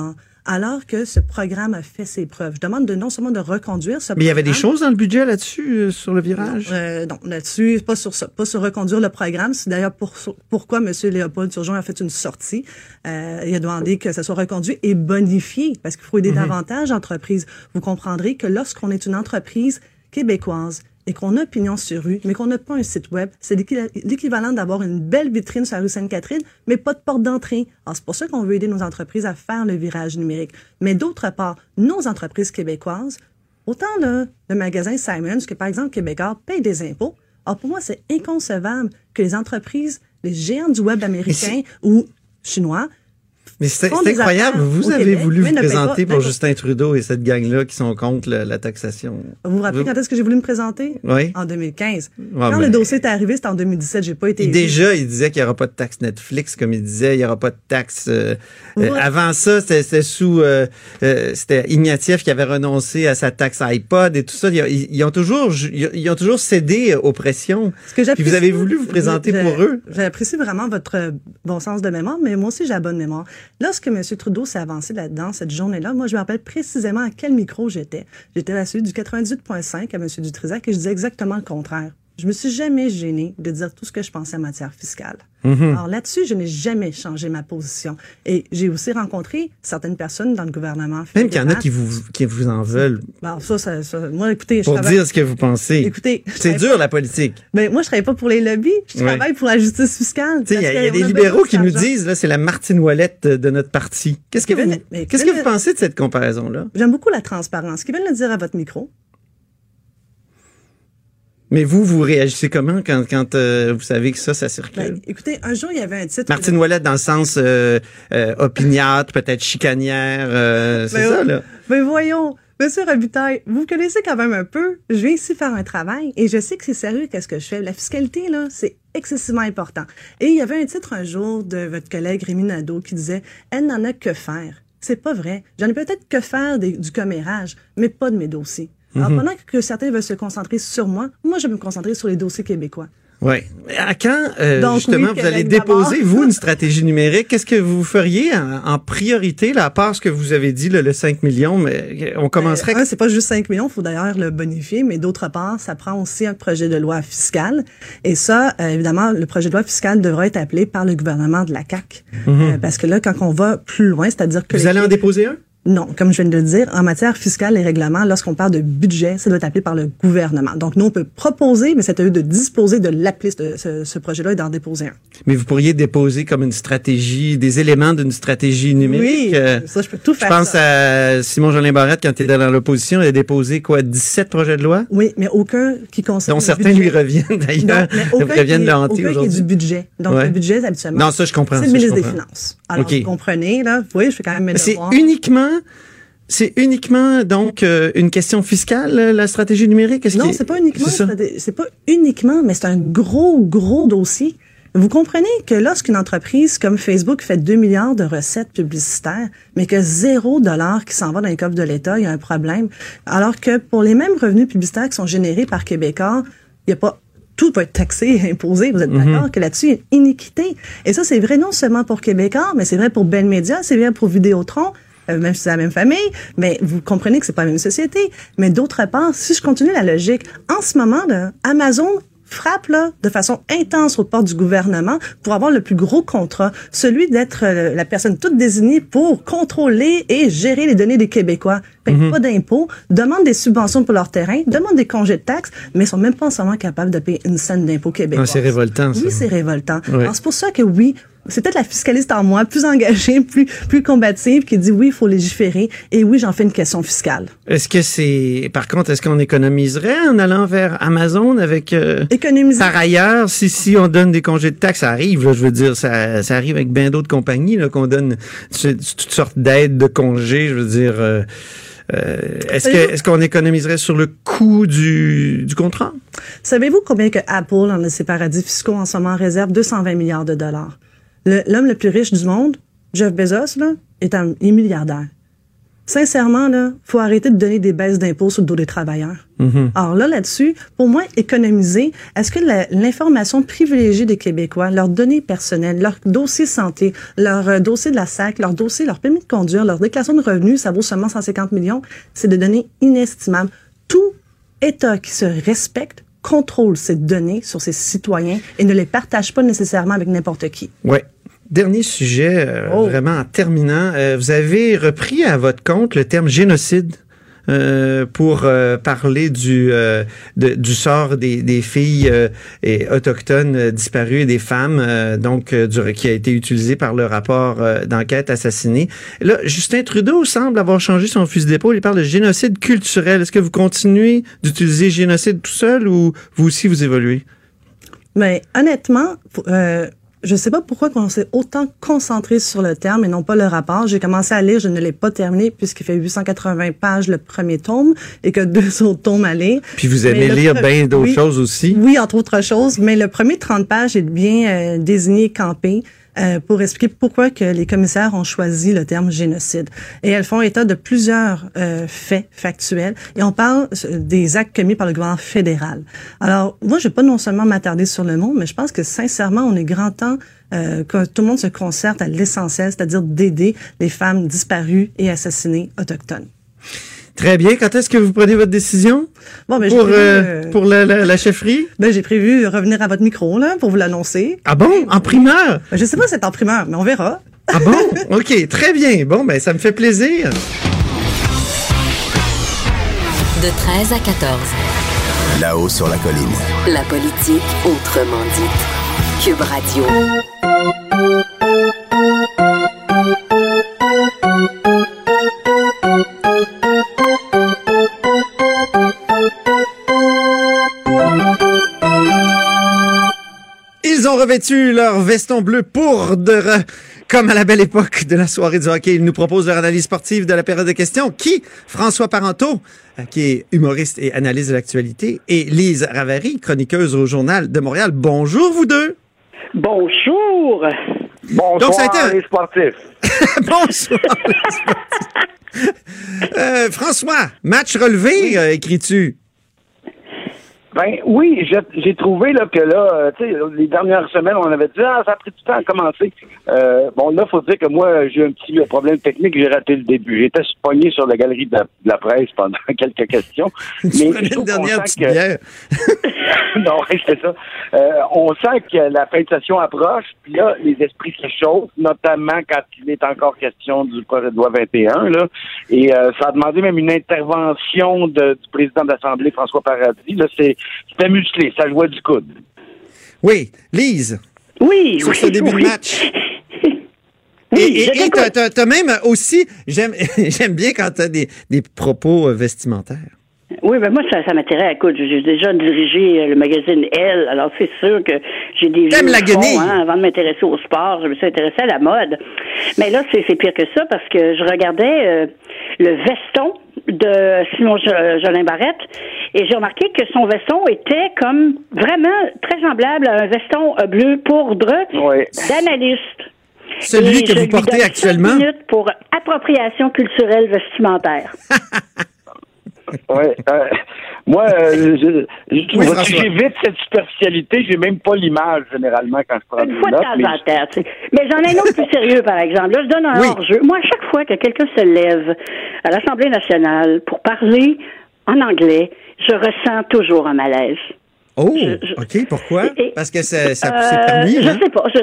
alors que ce programme a fait ses preuves. Je demande non seulement de reconduire ce programme. Mais il y avait des choses dans le budget là-dessus, sur le virage? Non, là-dessus, pas sur ça, pas sur reconduire le programme. C'est d'ailleurs pourquoi M. Léopold Turgeon a fait une sortie. Il a demandé que ça soit reconduit et bonifié, parce qu'il faut aider davantage l'entreprise. Vous comprendrez que lorsqu'on est une entreprise québécoise et qu'on a pignon sur rue, mais qu'on n'a pas un site web, c'est l'équivalent d'avoir une belle vitrine sur la rue Sainte-Catherine, mais pas de porte d'entrée. Alors, c'est pour ça qu'on veut aider nos entreprises à faire le virage numérique. Mais d'autre part, nos entreprises québécoises, autant le magasin Simons que, par exemple, Québécois, payent des impôts. Alors, pour moi, c'est inconcevable que les entreprises, les géants du web américain ou chinois, mais c'est incroyable. Vous avez voulu vous présenter pour Justin Trudeau et cette gang-là qui sont contre la taxation. Vous vous rappelez quand est-ce que j'ai voulu me présenter? Oui. En 2015. Quand le dossier est arrivé, c'était en 2017. J'ai pas été déjà, il disait qu'il n'y aura pas de taxe Netflix, comme il disait. Il n'y aura pas de taxe... avant ça, c'était c'était Ignatieff qui avait renoncé à sa taxe iPod et tout ça. Ils ont toujours cédé aux pressions. Puis vous avez voulu vous présenter pour eux. J'apprécie vraiment votre bon sens de mémoire, mais moi aussi, j'ai la bonne mémoire. Lorsque M. Trudeau s'est avancé là-dedans, cette journée-là, moi, je me rappelle précisément à quel micro j'étais. J'étais à celui du 98.5 à M. Dutrisac et je disais exactement le contraire. Je me suis jamais gênée de dire tout ce que je pensais en matière fiscale. Alors là-dessus, je n'ai jamais changé ma position. Et j'ai aussi rencontré certaines personnes dans le gouvernement fédéral. Même qu'il y en a qui vous en veulent. Alors moi, écoutez, pour dire ce que vous pensez. Écoutez, c'est dur, la politique. Mais moi, je travaille pas pour les lobbies. Je travaille pour la justice fiscale. Il y a des libéraux qui nous disent, là, c'est la Martine Ouellette de notre parti. Qu'est-ce que vous pensez de cette comparaison-là? J'aime beaucoup la transparence. Qui viennent le dire à votre micro. Mais vous réagissez comment quand vous savez que ça circule? Écoutez, un jour, il y avait un titre... Martine Ouellette dans le sens opiniâtre, peut-être chicanière, c'est ça, là? Mais voyons, Monsieur Robitaille, vous connaissez quand même un peu. Je viens ici faire un travail et je sais que c'est sérieux qu'est-ce que je fais. La fiscalité, là, c'est excessivement important. Et il y avait un titre un jour de votre collègue Rémi Nadeau qui disait « Elle n'en a que faire ». C'est pas vrai. J'en ai peut-être que faire du commérage, mais pas de mes dossiers. Alors, pendant que certains veulent se concentrer sur moi je vais me concentrer sur les dossiers québécois. Oui. À quand, justement, vous allez déposer, vous, une stratégie numérique? Qu'est-ce que vous feriez en priorité, là, à part ce que vous avez dit, le 5 millions, mais on commencerait... c'est pas juste 5 millions, il faut d'ailleurs le bonifier, mais d'autre part, ça prend aussi un projet de loi fiscale. Et ça, évidemment, le projet de loi fiscale devra être appelé par le gouvernement de la CAQ. Parce que là, quand on va plus loin, c'est-à-dire que... Vous allez en déposer un? Non, comme je viens de le dire, en matière fiscale et règlements, lorsqu'on parle de budget, ça doit être appelé par le gouvernement. Donc, nous, on peut proposer, mais c'est à eux de disposer de l'appeler ce projet-là et d'en déposer un. Mais vous pourriez déposer comme une stratégie, des éléments d'une stratégie numérique. Oui, ça, je peux tout faire. Je pense à Simon-Jolin Barrette, quand il était dans l'opposition, il a déposé, 17 projets de loi? Oui, mais aucun qui concerne dont certains lui reviennent, d'ailleurs. Reviennent de hanter aujourd'hui. Aucun qui est du budget. Donc, le budget, habituellement. Non, ça, je comprends. C'est le ministre des Finances. Alors, vous comprenez, là, vous voyez, je fais quand même mes devoirs. C'est uniquement donc une question fiscale, la stratégie numérique? Non, c'est pas uniquement, mais c'est un gros dossier. Vous comprenez que lorsqu'une entreprise comme Facebook fait 2 milliards de recettes publicitaires, mais que $0 qui s'en va dans les coffres de l'État, il y a un problème. Alors que pour les mêmes revenus publicitaires qui sont générés par Québécois, il n'y a pas... Tout peut être taxé et imposé. Vous êtes d'accord que là-dessus, il y a une iniquité. Et ça, c'est vrai non seulement pour Québécois, mais c'est vrai pour Bell Media, c'est vrai pour Vidéotron, même si c'est la même famille, mais vous comprenez que c'est pas la même société. Mais d'autre part, si je continue la logique, en ce moment, là, Amazon frappe là, de façon intense aux portes du gouvernement pour avoir le plus gros contrat, celui d'être la personne toute désignée pour contrôler et gérer les données des Québécois. Payent pas d'impôts, demandent des subventions pour leur terrain, demandent des congés de taxes, mais sont même pas entièrement capables de payer une scène d'impôts québécois. C'est révoltant, ça. Oui, c'est révoltant. Ouais. Alors, c'est pour ça que oui, c'est peut-être la fiscaliste en moi, plus engagée, plus combative, qui dit oui, il faut légiférer, et oui, j'en fais une question fiscale. Par contre, est-ce qu'on économiserait en allant vers Amazon avec, par ailleurs, si on donne des congés de taxes, ça arrive, là, je veux dire, ça arrive avec bien d'autres compagnies, là, qu'on donne toutes sortes d'aides de congés, je veux dire, est-ce qu'on économiserait sur le coût du contrat? Savez-vous combien que Apple, en ses paradis fiscaux, en ce moment, réserve 220 milliards de dollars? L'homme le plus riche du monde, Jeff Bezos, là, est milliardaire. sincèrement, là, faut arrêter de donner des baisses d'impôts sur le dos des travailleurs. Alors là-dessus, pour moi, économiser, est-ce que l'information privilégiée des Québécois, leurs données personnelles, leur dossier santé, leur dossier de la SAC, leur dossier, leur permis de conduire, leur déclaration de revenus, ça vaut seulement 150 millions, c'est des données inestimables. Tout État qui se respecte contrôle ces données sur ses citoyens et ne les partage pas nécessairement avec n'importe qui. Oui. Dernier sujet, vraiment en terminant, vous avez repris à votre compte le terme génocide pour parler du sort des filles autochtones disparues et des femmes, qui a été utilisé par le rapport d'enquête assassiné. Là, Justin Trudeau semble avoir changé son fusil d'épaule. Il parle de génocide culturel. Est-ce que vous continuez d'utiliser génocide tout seul ou vous aussi vous évoluez? Mais honnêtement, je sais pas pourquoi on s'est autant concentré sur le terme et non pas le rapport. J'ai commencé à lire, je ne l'ai pas terminé puisqu'il fait 880 pages le premier tome et que 2 autres tomes à lire. Puis vous aimez lire bien d'autres choses aussi? Oui, entre autres choses, mais le premier 30 pages est bien désigné, campé. Pour expliquer pourquoi que les commissaires ont choisi le terme génocide. Et elles font état de plusieurs faits factuels. Et on parle des actes commis par le gouvernement fédéral. Alors, moi, je vais pas non seulement m'attarder sur le mot, mais je pense que sincèrement, on est grand temps que tout le monde se concerte à l'essentiel, c'est-à-dire d'aider les femmes disparues et assassinées autochtones. Très bien. Quand est-ce que vous prenez votre décision pour la chefferie? J'ai prévu revenir à votre micro là pour vous l'annoncer. Ah bon? En primeur? Je sais pas si c'est en primeur, mais on verra. Ah bon? OK, très bien. Bon, ça me fait plaisir. De 13 à 14. Là-haut sur la colline. La politique autrement dite. Cube Radio. Ils ont revêtu leur veston bleu poudre, comme à la belle époque de la soirée du hockey. Ils nous proposent leur analyse sportive de la période de questions. Qui? François Parenteau, qui est humoriste et analyste de l'actualité, et Lise Ravary, chroniqueuse au Journal de Montréal. Bonjour, vous deux. Bonjour. Bonsoir, donc, ça a été les sportifs. Bonsoir, les sportifs. François, match relevé, écris-tu? Ben oui, j'ai trouvé là que tu sais, les dernières semaines, on avait dit ça a pris du temps à commencer. Bon là, faut dire que moi, j'ai un petit problème technique, j'ai raté le début. J'étais pogné sur la galerie de la presse pendant quelques questions. Mais une dernière petite bière. Non, c'est ça. On sent que la fin de session approche, puis là, les esprits se chauffent, notamment quand il est encore question du projet de loi 21, là. Et ça a demandé même une intervention du président de l'Assemblée, François Paradis. Là, c'était musclé, ça jouait du coude. Oui. Lise. Oui. Sur ce début de match. Et t'as même aussi, j'aime bien quand t'as des propos vestimentaires. Oui, ben moi, ça m'intéresse. Écoute, j'ai déjà dirigé le magazine Elle, alors c'est sûr que j'ai des vieux fonds, avant de m'intéresser au sport, je me suis intéressée à la mode. Mais là, c'est pire que ça, parce que je regardais le veston de Simon Jolin Barrette, et j'ai remarqué que son veston était comme vraiment très semblable à un veston bleu poudre d'analyste. Celui que vous portez actuellement? 5 minutes pour appropriation culturelle vestimentaire. Ouais, moi, j'évite cette superficialité. J'ai même pas l'image généralement quand je prends une fois de temps en temps, tu sais. Mais j'en ai un autre plus sérieux, par exemple. Là, je donne un hors-jeu. Moi, à chaque fois que quelqu'un se lève à l'Assemblée nationale pour parler en anglais, je ressens toujours un malaise. Oh, OK. Pourquoi? Parce que c'est permis, je sais pas.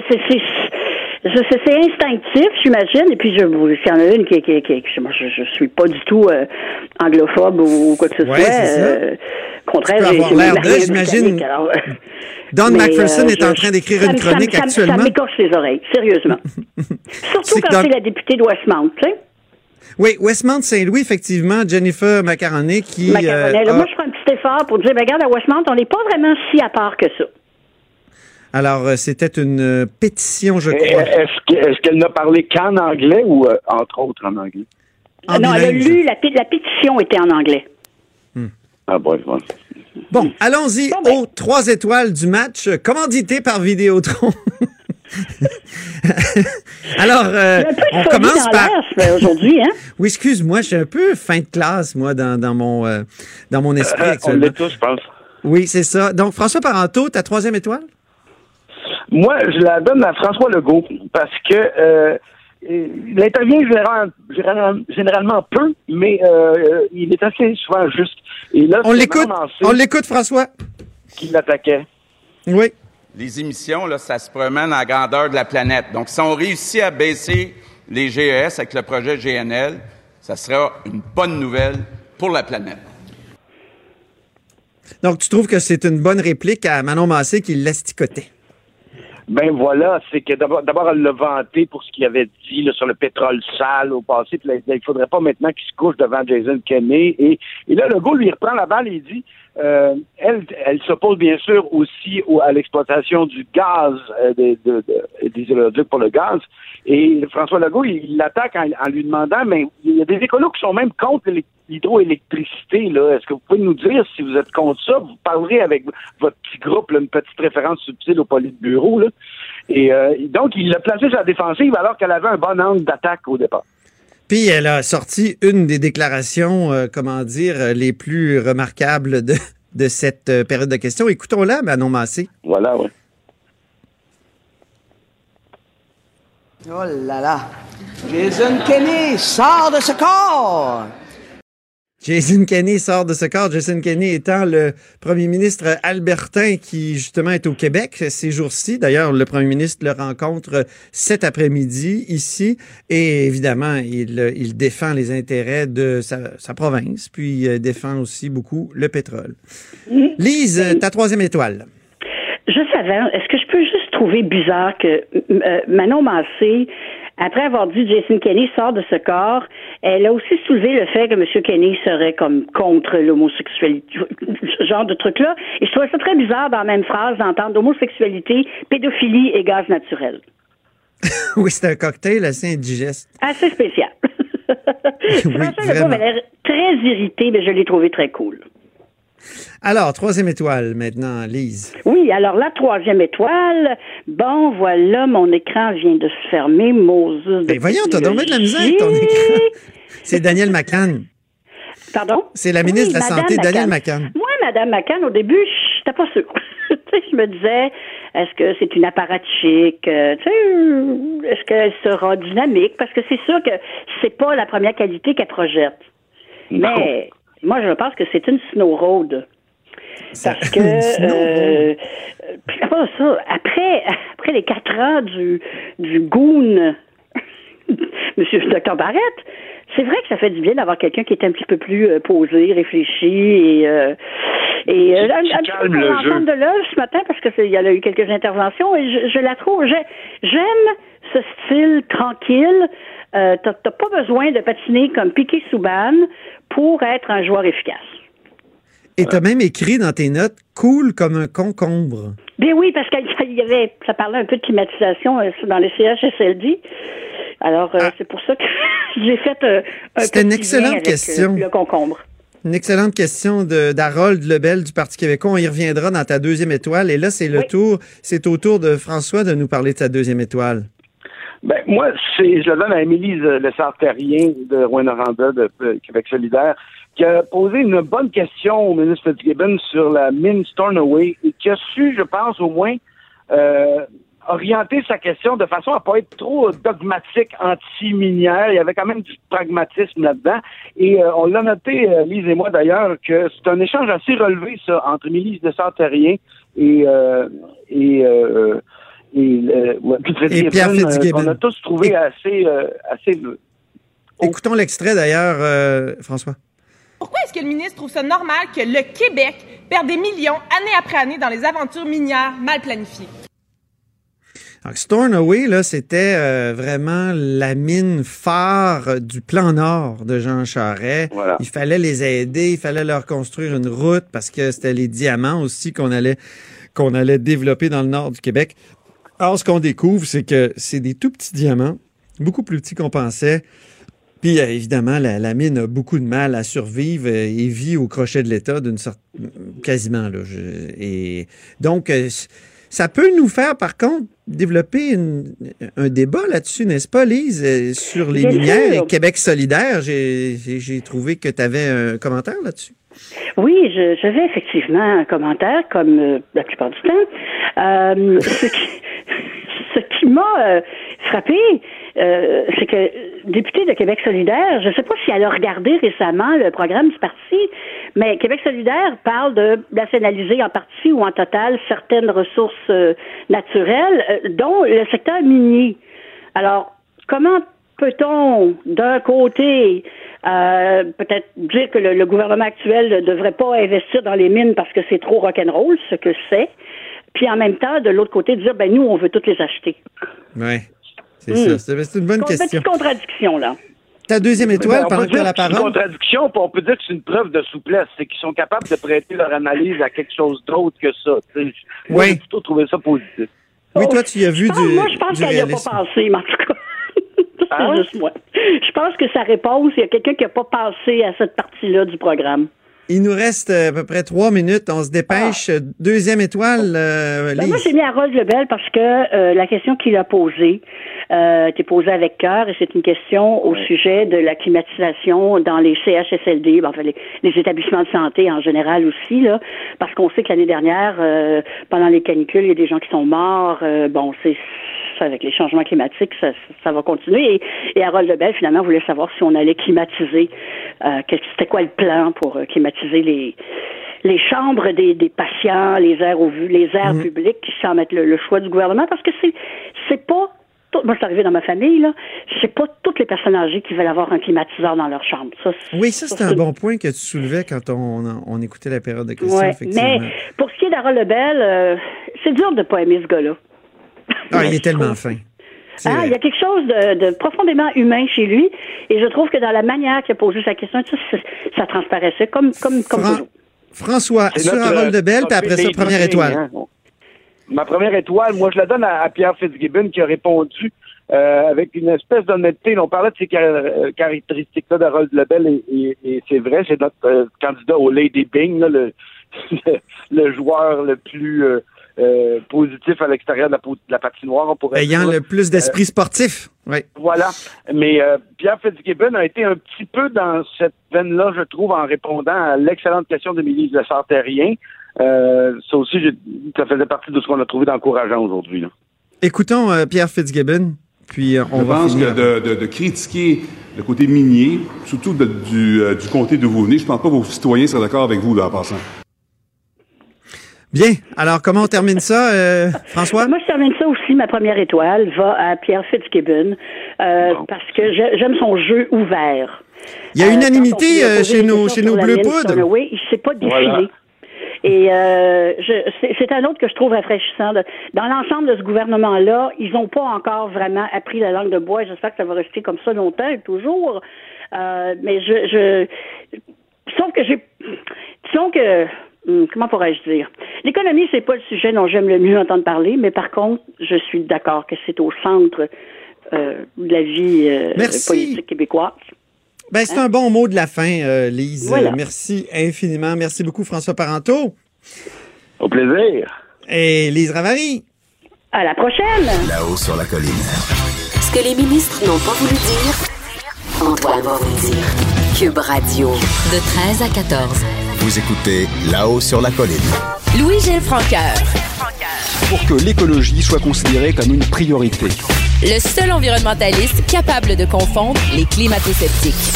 C'est instinctif, j'imagine. Et puis, s'il y en a une qui je suis pas du tout anglophobe ou quoi que ce soit. Contraire, j'ai l'air de, j'imagine. Don McPherson est en train d'écrire une chronique actuellement. Ça m'écorche les oreilles, sérieusement. Surtout quand c'est la députée de Westmount, tu sais. Oui, Westmount-Saint-Louis, effectivement, Jennifer Macaroni qui... Moi, je ferai un petit effort pour dire, regarde, à Westmount, on n'est pas vraiment si à part que ça. Alors, c'était une pétition, je crois. Est-ce qu'elle n'a parlé qu'en anglais ou, entre autres, en anglais? Non, elle a lu, la pétition était en anglais. Ah bon. Bon, allons-y aux 3 étoiles du match, commandité par Vidéotron. Alors, on commence par... aujourd'hui, hein? Oui, excuse-moi, je suis un peu fin de classe, moi, dans mon esprit actuellement. On l'est tous, je pense. Oui, c'est ça. Donc, François Parenteau, ta 3e étoile? Moi, je la donne à François Legault parce que il intervient généralement peu, mais il est assez souvent juste. Et là, on l'écoute, François. Qui l'attaquait. Oui. Les émissions, là, ça se promène à la grandeur de la planète. Donc, si on réussit à baisser les GES avec le projet GNL, ça sera une bonne nouvelle pour la planète. Donc, tu trouves que c'est une bonne réplique à Manon Massé qui l'asticotait? Ben voilà, c'est que d'abord elle l'a vanté pour ce qu'il avait dit là, sur le pétrole sale au passé, puis là, il faudrait pas maintenant qu'il se couche devant Jason Kenney. Et là, Legault lui reprend la balle et il dit elle s'oppose bien sûr aussi à l'exploitation du gaz, des oléoducs pour le gaz. Et François Legault, il l'attaque en lui demandant, mais il y a des écolos qui sont même contre l'hydroélectricité, là. Est-ce que vous pouvez nous dire si vous êtes contre ça? Vous parlerez avec votre petit groupe, là, une petite référence subtile au Politburo, là. Et donc, il l'a placé sur la défensive alors qu'elle avait un bon angle d'attaque au départ. Puis, elle a sorti une des déclarations, les plus remarquables de cette période de questions. Écoutons-la, Manon Massé. Voilà, oui. Oh là là! Jason Kenney sort de ce corps! Jason Kenney sort de ce corps. Jason Kenney étant le premier ministre albertain qui, justement, est au Québec ces jours-ci. D'ailleurs, le premier ministre le rencontre cet après-midi ici. Et évidemment, il défend les intérêts de sa province, puis défend aussi beaucoup le pétrole. Lise, ta 3e étoile. Juste avant, est-ce que je peux juste trouver bizarre que Manon Massé, après avoir dit Jason Kenney sort de ce corps, elle a aussi soulevé le fait que M. Kenney serait comme contre l'homosexualité, ce genre de truc-là. Et je trouvais ça très bizarre dans la même phrase d'entendre homosexualité, pédophilie et gaz naturel. Oui, c'est un cocktail assez indigeste. Assez spécial. Oui, François Legault avait l'air très irrité, mais je l'ai trouvé très cool. Alors, 3e étoile maintenant, Lise. Oui, alors la 3e étoile, bon, voilà, mon écran vient de se fermer, Moses. Ben voyons, t'as donc de la misère avec ton écran. C'est Danielle McCann. Pardon? C'est la ministre de la Santé, Danielle McCann. Moi, Mme McCann, au début, je n'étais pas sûre. Je me disais, est-ce que c'est une apparatchik? Est-ce qu'elle sera dynamique? Parce que c'est sûr que c'est pas la première qualité qu'elle projette. Non. Mais moi, je pense que c'est une snow road. Parce que après les 4 ans du goon Monsieur le Dr Barrett, c'est vrai que ça fait du bien d'avoir quelqu'un qui est un petit peu plus posé, réfléchi et un petit peu l'entendre de l'œuvre ce matin parce que il y a eu quelques interventions et je la trouve. J'aime ce style tranquille. T'as pas besoin de patiner comme Piquet Souban pour être un joueur efficace. Et t'as même écrit dans tes notes « cool comme un concombre ». Ben oui, parce qu'il y avait, ça parlait un peu de climatisation dans les CHSLD. Alors, c'est pour ça que j'ai fait un C'était une excellente question. Le concombre. Une excellente question d'Harold Lebel du Parti québécois. On y reviendra dans ta 2e étoile. Et là, c'est c'est au tour de François de nous parler de ta 2e étoile. Ben, moi, je la donne à Émilie Lessard-Terrien de Rouyn-Noranda de Québec solidaire, qui a posé une bonne question au ministre Fitzgibbon sur la mine Stornoway et qui a su, je pense, au moins, orienter sa question de façon à ne pas être trop dogmatique, anti-minière. Il y avait quand même du pragmatisme là-dedans. Et on l'a noté, Lise et moi d'ailleurs, que c'est un échange assez relevé, ça, entre Émilie Lessard-Terrien et Pierre Fitzgibbon. On a tous trouvé assez Écoutons l'extrait d'ailleurs, François. Pourquoi est-ce que le ministre trouve ça normal que le Québec perde des millions année après année dans les aventures minières mal planifiées? Alors, Stornoway, là, c'était vraiment la mine phare du plan Nord de Jean Charest. Voilà. Il fallait les aider, il fallait leur construire une route parce que c'était les diamants aussi qu'on allait développer dans le nord du Québec. Alors, ce qu'on découvre, c'est que c'est des tout petits diamants, beaucoup plus petits qu'on pensait. Puis, évidemment, la mine a beaucoup de mal à survivre et vit au crochet de l'État d'une sorte... quasiment, là. Et donc, Ça peut nous faire, par contre, développer un débat là-dessus, n'est-ce pas, Lise, sur les minières et Québec solidaire. J'ai trouvé que tu avais un commentaire là-dessus. Oui, j'avais effectivement un commentaire, comme la plupart du temps. Ce qui m'a frappé, c'est que députée de Québec solidaire, je ne sais pas si elle a regardé récemment le programme du parti, mais Québec solidaire parle de nationaliser en partie ou en total certaines ressources naturelles, dont le secteur minier. Alors, comment peut-on, d'un côté, peut-être dire que le gouvernement actuel ne devrait pas investir dans les mines parce que c'est trop rock'n'roll, ce que c'est, puis en même temps, de l'autre côté, dire, nous, on veut toutes les acheter. Oui, c'est ça. C'est une bonne question. Petite contradiction, là. Ta deuxième étoile, pendant que tu as la parole. C'est une contradiction, puis on peut dire que c'est une preuve de souplesse. C'est qu'ils sont capables de prêter leur analyse à quelque chose d'autre que ça. Moi, j'ai plutôt trouvé ça positif. Oui, toi, tu y as vu Moi, je pense qu'elle n'y a pas pensé, mais en tout cas. C'est juste moi. Je pense que sa réponse, il y a quelqu'un qui n'a pas pensé à cette partie-là du programme. Il nous reste à peu près 3 minutes. On se dépêche. Deuxième étoile, Lise. Moi, j'ai mis Harold Lebel parce que la question qu'il a posée était posée avec cœur et c'est une question au sujet de la climatisation dans les CHSLD, enfin les établissements de santé en général aussi, là, parce qu'on sait que l'année dernière, pendant les canicules, il y a des gens qui sont morts. C'est avec les changements climatiques, ça va continuer. Et Harold Lebel, finalement, voulait savoir si on allait climatiser. C'était quoi le plan pour climatiser les chambres des patients, les aires publiques, sans mettre le choix du gouvernement, parce que c'est pas... Moi, c'est arrivé dans ma famille, là. C'est pas toutes les personnes âgées qui veulent avoir un climatiseur dans leur chambre. Ça, c'est un bon point que tu soulevais quand on écoutait la période de questions, effectivement. Mais pour ce qui est d'Harold Lebel, c'est dur de ne pas aimer ce gars-là. Il est tellement fin. Il y a quelque chose de profondément humain chez lui, et je trouve que dans la manière qu'il a posé sa question, ça transparaissait comme toujours. François, sur Harold Lebel, puis après ça, première étoile. Hein. Ma première étoile, moi, je la donne à Pierre Fitzgibbon, qui a répondu avec une espèce d'honnêteté. On parlait de ces caractéristiques-là d'Harold Lebel, et c'est vrai, c'est notre candidat au Lady Bing, là, le joueur le plus... positif à l'extérieur de la patinoire, on pourrait ayant le plus d'esprit sportif. Oui. Voilà. Mais Pierre Fitzgibbon a été un petit peu dans cette veine-là, je trouve, en répondant à l'excellente question de Mélise Lessard-Terrien. Ça aussi, ça faisait partie de ce qu'on a trouvé d'encourageant aujourd'hui. Là. Écoutons Pierre Fitzgibbon, puis on va finir. Je pense que de critiquer le côté minier, surtout du comté d'où vous venez, je ne pense pas que vos citoyens seraient d'accord avec vous, là, en passant. Bien. Alors, comment on termine ça, François? Moi, je termine ça aussi. Ma première étoile va à Pierre Fitzgibbon parce que j'aime son jeu ouvert. Il y a unanimité chez nos Bleu Poudre. Oui, il ne s'est pas défilé. Voilà. Et c'est un autre que je trouve rafraîchissant. Dans l'ensemble de ce gouvernement-là, ils n'ont pas encore vraiment appris la langue de bois. J'espère que ça va rester comme ça longtemps et toujours. Mais disons que comment pourrais-je dire? L'économie, c'est pas le sujet dont j'aime le mieux entendre parler, mais par contre, je suis d'accord que c'est au centre de la vie politique québécoise. C'est un bon mot de la fin, Lise. Voilà. Merci infiniment. Merci beaucoup, François Parenteau. Au plaisir. Et Lise Ravary. À la prochaine. Là-haut sur la colline. Ce que les ministres n'ont pas voulu dire, Antoine va vous dire. Cube Radio. De 13 à 14. Vous écoutez Là-haut sur la colline. Louis-Gilles Francaire. Pour que l'écologie soit considérée comme une priorité. Le seul environnementaliste capable de confondre les climato-sceptiques.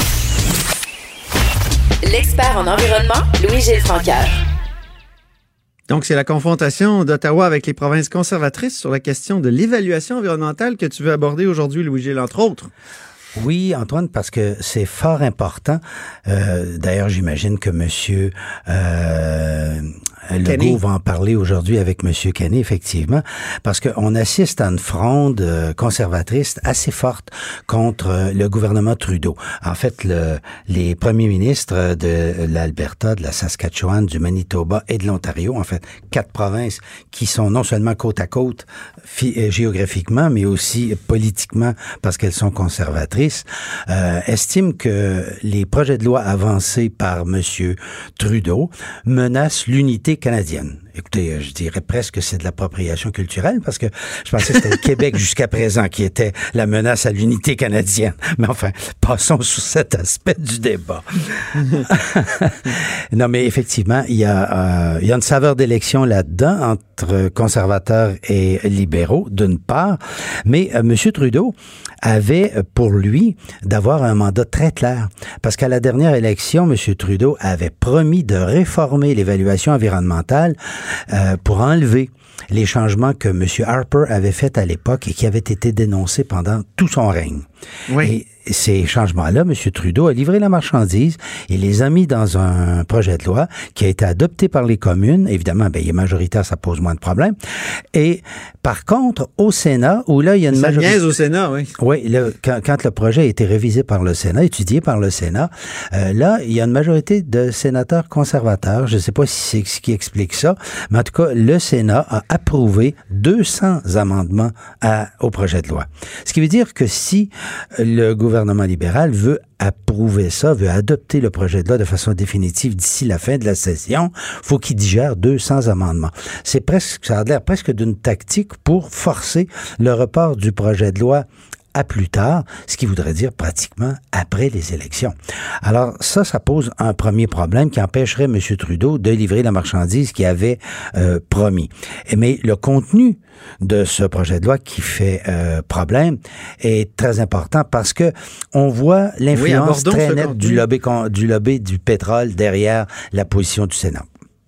L'expert en environnement, Louis-Gilles Francaire. Donc, c'est la confrontation d'Ottawa avec les provinces conservatrices sur la question de l'évaluation environnementale que tu veux aborder aujourd'hui, Louis-Gilles, entre autres. Oui, Antoine, parce que c'est fort important. D'ailleurs, j'imagine que Monsieur Legault va en parler aujourd'hui avec Monsieur Kenney, effectivement, parce qu'on assiste à une fronde conservatrice assez forte contre le gouvernement Trudeau. En fait, les premiers ministres de l'Alberta, de la Saskatchewan, du Manitoba et de l'Ontario, en fait, 4 provinces qui sont non seulement côte à côte géographiquement, mais aussi politiquement parce qu'elles sont conservatrices, estiment que les projets de loi avancés par Monsieur Trudeau menacent l'unité canadienne. Écoutez, je dirais presque que c'est de l'appropriation culturelle parce que je pensais que c'était le Québec jusqu'à présent qui était la menace à l'unité canadienne. Mais enfin, passons sur cet aspect du débat. Non, mais effectivement, il y a une saveur d'élection là-dedans entre conservateurs et libéraux, d'une part. Mais M. Trudeau avait pour lui d'avoir un mandat très clair. Parce qu'à la dernière élection, M. Trudeau avait promis de réformer l'évaluation environnementale pour enlever les changements que M. Harper avait faits à l'époque et qui avaient été dénoncés pendant tout son règne. Oui. Et ces changements-là, M. Trudeau a livré la marchandise et les a mis dans un projet de loi qui a été adopté par les communes. Évidemment, il est majoritaire, ça pose moins de problèmes. Et par contre, au Sénat, où là, il y a une majorité... Ça niaise au Sénat, oui. Oui, là, quand le projet a été révisé par le Sénat, étudié par le Sénat, là, il y a une majorité de sénateurs conservateurs. Je ne sais pas si c'est ce qui explique ça, mais en tout cas, le Sénat a approuvé 200 amendements au projet de loi. Ce qui veut dire que si le gouvernement libéral veut approuver ça, veut adopter le projet de loi de façon définitive d'ici la fin de la session, faut qu'il digère 200 amendements. C'est presque, ça a l'air presque d'une tactique pour forcer le report du projet de loi à plus tard, ce qui voudrait dire pratiquement après les élections. Alors ça pose un premier problème qui empêcherait M. Trudeau de livrer la marchandise qu'il avait promis. Mais le contenu de ce projet de loi qui fait problème est très important parce que on voit l'influence très nette du lobby du pétrole derrière la position du Sénat.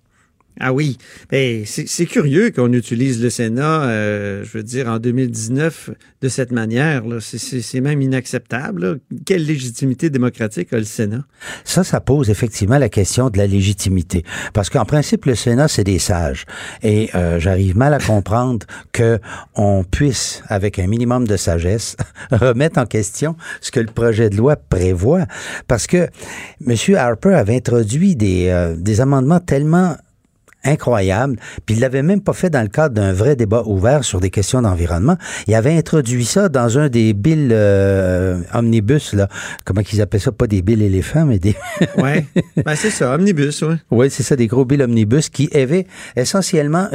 Ah oui, c'est curieux qu'on utilise le Sénat, je veux dire, en 2019 de cette manière. Là. C'est même inacceptable. Là. Quelle légitimité démocratique a le Sénat? Ça pose effectivement la question de la légitimité. Parce qu'en principe, le Sénat, c'est des sages. Et j'arrive mal à comprendre qu'on puisse, avec un minimum de sagesse, remettre en question ce que le projet de loi prévoit. Parce que M. Harper avait introduit des amendements tellement incroyable, puis il l'avait même pas fait dans le cadre d'un vrai débat ouvert sur des questions d'environnement. Il avait introduit ça dans un des bills omnibus, là. Comment qu'ils appellent ça? Pas des bills éléphants, mais des... Ouais, c'est ça, omnibus, oui. Oui, c'est ça, des gros bills omnibus qui avaient essentiellement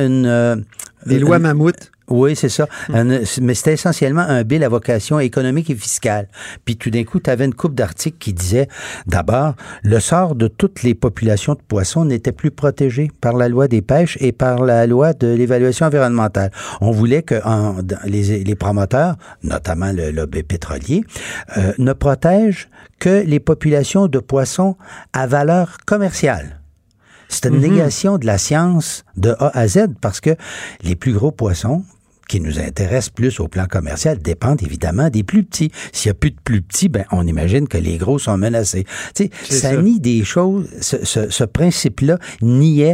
des lois mammouths. Oui, c'est ça. Mais c'était essentiellement un bill à vocation économique et fiscale. Puis tout d'un coup, tu avais une couple d'articles qui disaient, d'abord, le sort de toutes les populations de poissons n'était plus protégé par la loi des pêches et par la loi de l'évaluation environnementale. On voulait que les promoteurs, notamment le lobby pétrolier, ne protègent que les populations de poissons à valeur commerciale. C'est une négation de la science de A à Z parce que les plus gros poissons qui nous intéressent plus au plan commercial dépendent évidemment des plus petits. S'il n'y a plus de plus petits, on imagine que les gros sont menacés. Tu sais, ça nie des choses. Ce principe-là niait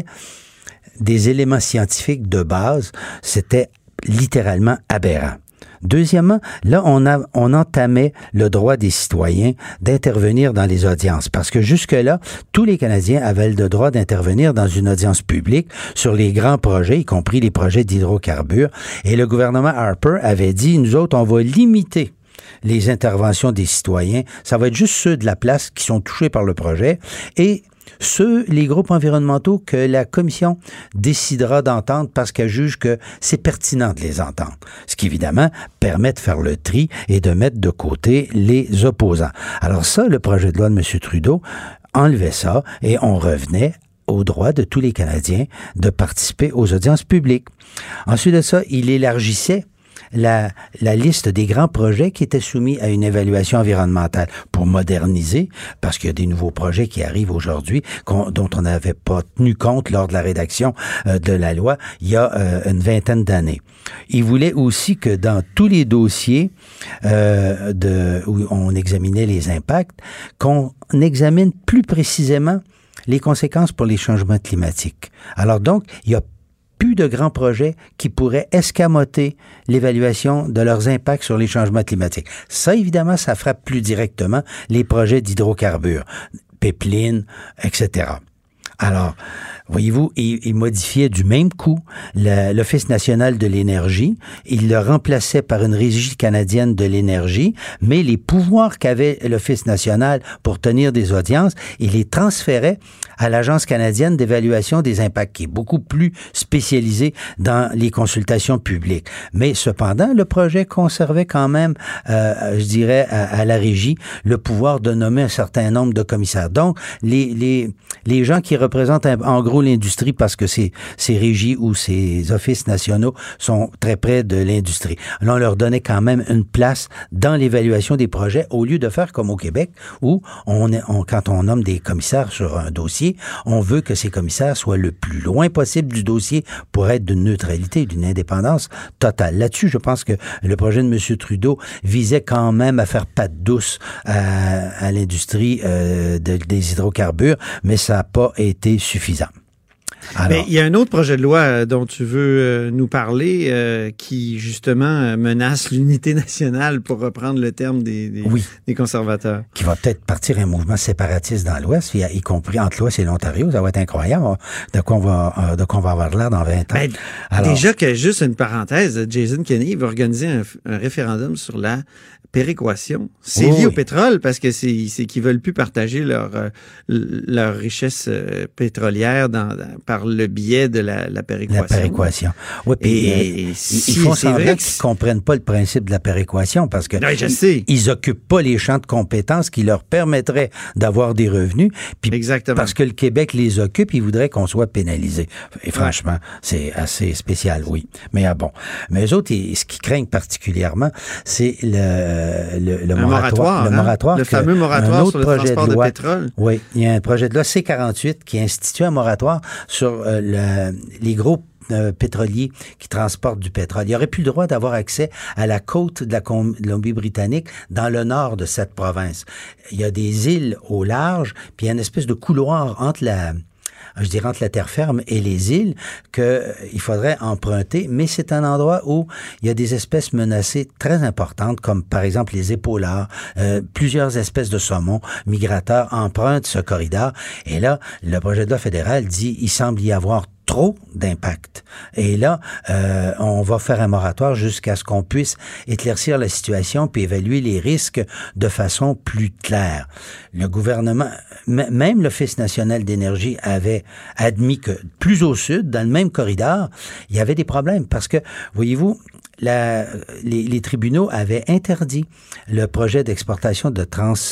des éléments scientifiques de base. C'était littéralement aberrant. Deuxièmement, là, on entamait le droit des citoyens d'intervenir dans les audiences parce que jusque-là, tous les Canadiens avaient le droit d'intervenir dans une audience publique sur les grands projets, y compris les projets d'hydrocarbures. Et le gouvernement Harper avait dit, nous autres, on va limiter les interventions des citoyens. Ça va être juste ceux de la place qui sont touchés par le projet et les groupes environnementaux que la commission décidera d'entendre parce qu'elle juge que c'est pertinent de les entendre. Ce qui, évidemment, permet de faire le tri et de mettre de côté les opposants. Alors ça, le projet de loi de M. Trudeau enlevait ça et on revenait au droit de tous les Canadiens de participer aux audiences publiques. Ensuite de ça, il élargissait la liste des grands projets qui étaient soumis à une évaluation environnementale pour moderniser, parce qu'il y a des nouveaux projets qui arrivent aujourd'hui dont on n'avait pas tenu compte lors de la rédaction de la loi il y a une vingtaine d'années. Il voulait aussi que dans tous les dossiers où on examinait les impacts, qu'on examine plus précisément les conséquences pour les changements climatiques. Alors donc, il y a plus de grands projets qui pourraient escamoter l'évaluation de leurs impacts sur les changements climatiques. Ça, évidemment, ça frappe plus directement les projets d'hydrocarbures, pipelines, etc. Alors, voyez-vous, il modifiait du même coup l'Office national de l'énergie. Il le remplaçait par une régie canadienne de l'énergie, mais les pouvoirs qu'avait l'Office national pour tenir des audiences, il les transférait à l'Agence canadienne d'évaluation des impacts, qui est beaucoup plus spécialisée dans les consultations publiques. Mais cependant, le projet conservait quand même, je dirais, à la régie, le pouvoir de nommer un certain nombre de commissaires. Donc, les gens qui représentent en gros l'industrie, parce que ces régies ou ces offices nationaux sont très près de l'industrie. Là, on leur donnait quand même une place dans l'évaluation des projets, au lieu de faire comme au Québec, où quand on nomme des commissaires sur un dossier, on veut que ces commissaires soient le plus loin possible du dossier pour être d'une neutralité, d'une indépendance totale. Là-dessus, je pense que le projet de M. Trudeau visait quand même à faire patte douce à l'industrie des hydrocarbures, mais ça n'a pas été suffisant. Alors, mais il y a un autre projet de loi dont tu veux nous parler qui, justement, menace l'unité nationale, pour reprendre le terme des conservateurs. Qui va peut-être partir un mouvement séparatiste dans l'Ouest, y compris entre l'Ouest et l'Ontario. Ça va être incroyable de quoi on va avoir l'air dans 20 ans. Ben, alors, déjà que, juste une parenthèse, Jason Kenney va organiser un référendum sur la péréquation. C'est lié au pétrole, parce que c'est qu'ils veulent plus partager leur richesse pétrolière par le biais de la péréquation. La péréquation. Oui, puis ils font semblant qu'ils comprennent pas le principe de la péréquation, parce que ils occupent pas les champs de compétences qui leur permettraient d'avoir des revenus. Puis exactement. Parce que le Québec les occupe, ils voudraient qu'on soit pénalisé. Et franchement, c'est assez spécial, oui. Mais bon. Mais eux autres, ce qu'ils craignent particulièrement, c'est le moratoire. Le fameux moratoire sur le transport de pétrole. Oui, il y a un projet de loi C-48 qui institue un moratoire sur les gros pétroliers qui transportent du pétrole. Il n'y aurait plus le droit d'avoir accès à la côte de la Colombie-Britannique dans le nord de cette province. Il y a des îles au large, puis il y a une espèce de couloir entre la terre ferme et les îles qu'il faudrait emprunter, mais c'est un endroit où il y a des espèces menacées très importantes, comme par exemple les épaulards, plusieurs espèces de saumons migrateurs empruntent ce corridor. Et là, le projet de loi fédéral dit il semble y avoir trop d'impact. Et là, on va faire un moratoire jusqu'à ce qu'on puisse éclaircir la situation puis évaluer les risques de façon plus claire. Le gouvernement, même l'Office national d'énergie avait admis que plus au sud, dans le même corridor, il y avait des problèmes parce que, voyez-vous, les tribunaux avaient interdit le projet d'exportation de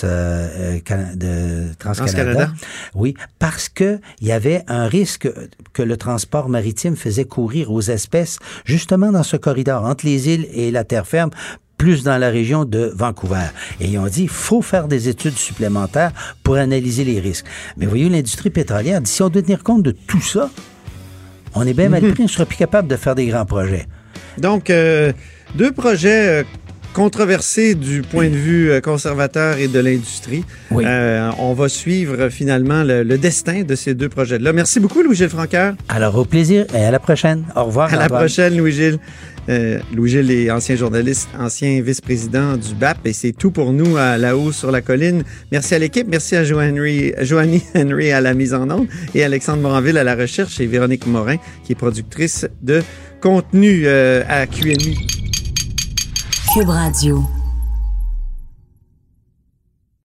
Trans-Canada. Oui, parce que il y avait un risque que le transport maritime faisait courir aux espèces justement dans ce corridor entre les îles et la terre ferme, plus dans la région de Vancouver. Et ils ont dit, il faut faire des études supplémentaires pour analyser les risques. Mais voyez, l'industrie pétrolière dit, si on doit tenir compte de tout ça, on est bien mal pris, on ne sera plus capable de faire des grands projets. Donc, deux projets controversés du point de vue conservateur et de l'industrie. Oui. On va suivre finalement le destin de ces deux projets-là. Merci beaucoup, Louis-Gilles Francoeur. Alors, au plaisir et à la prochaine. Au revoir. À la prochaine, Louis-Gilles. Louis-Gilles est ancien journaliste, ancien vice-président du BAP, et c'est tout pour nous à là-haut sur la colline. Merci à l'équipe, merci à Joanie Henry à la mise en onde et Alexandre Moranville à la recherche et Véronique Morin qui est productrice de contenu à QMI. Cube Radio.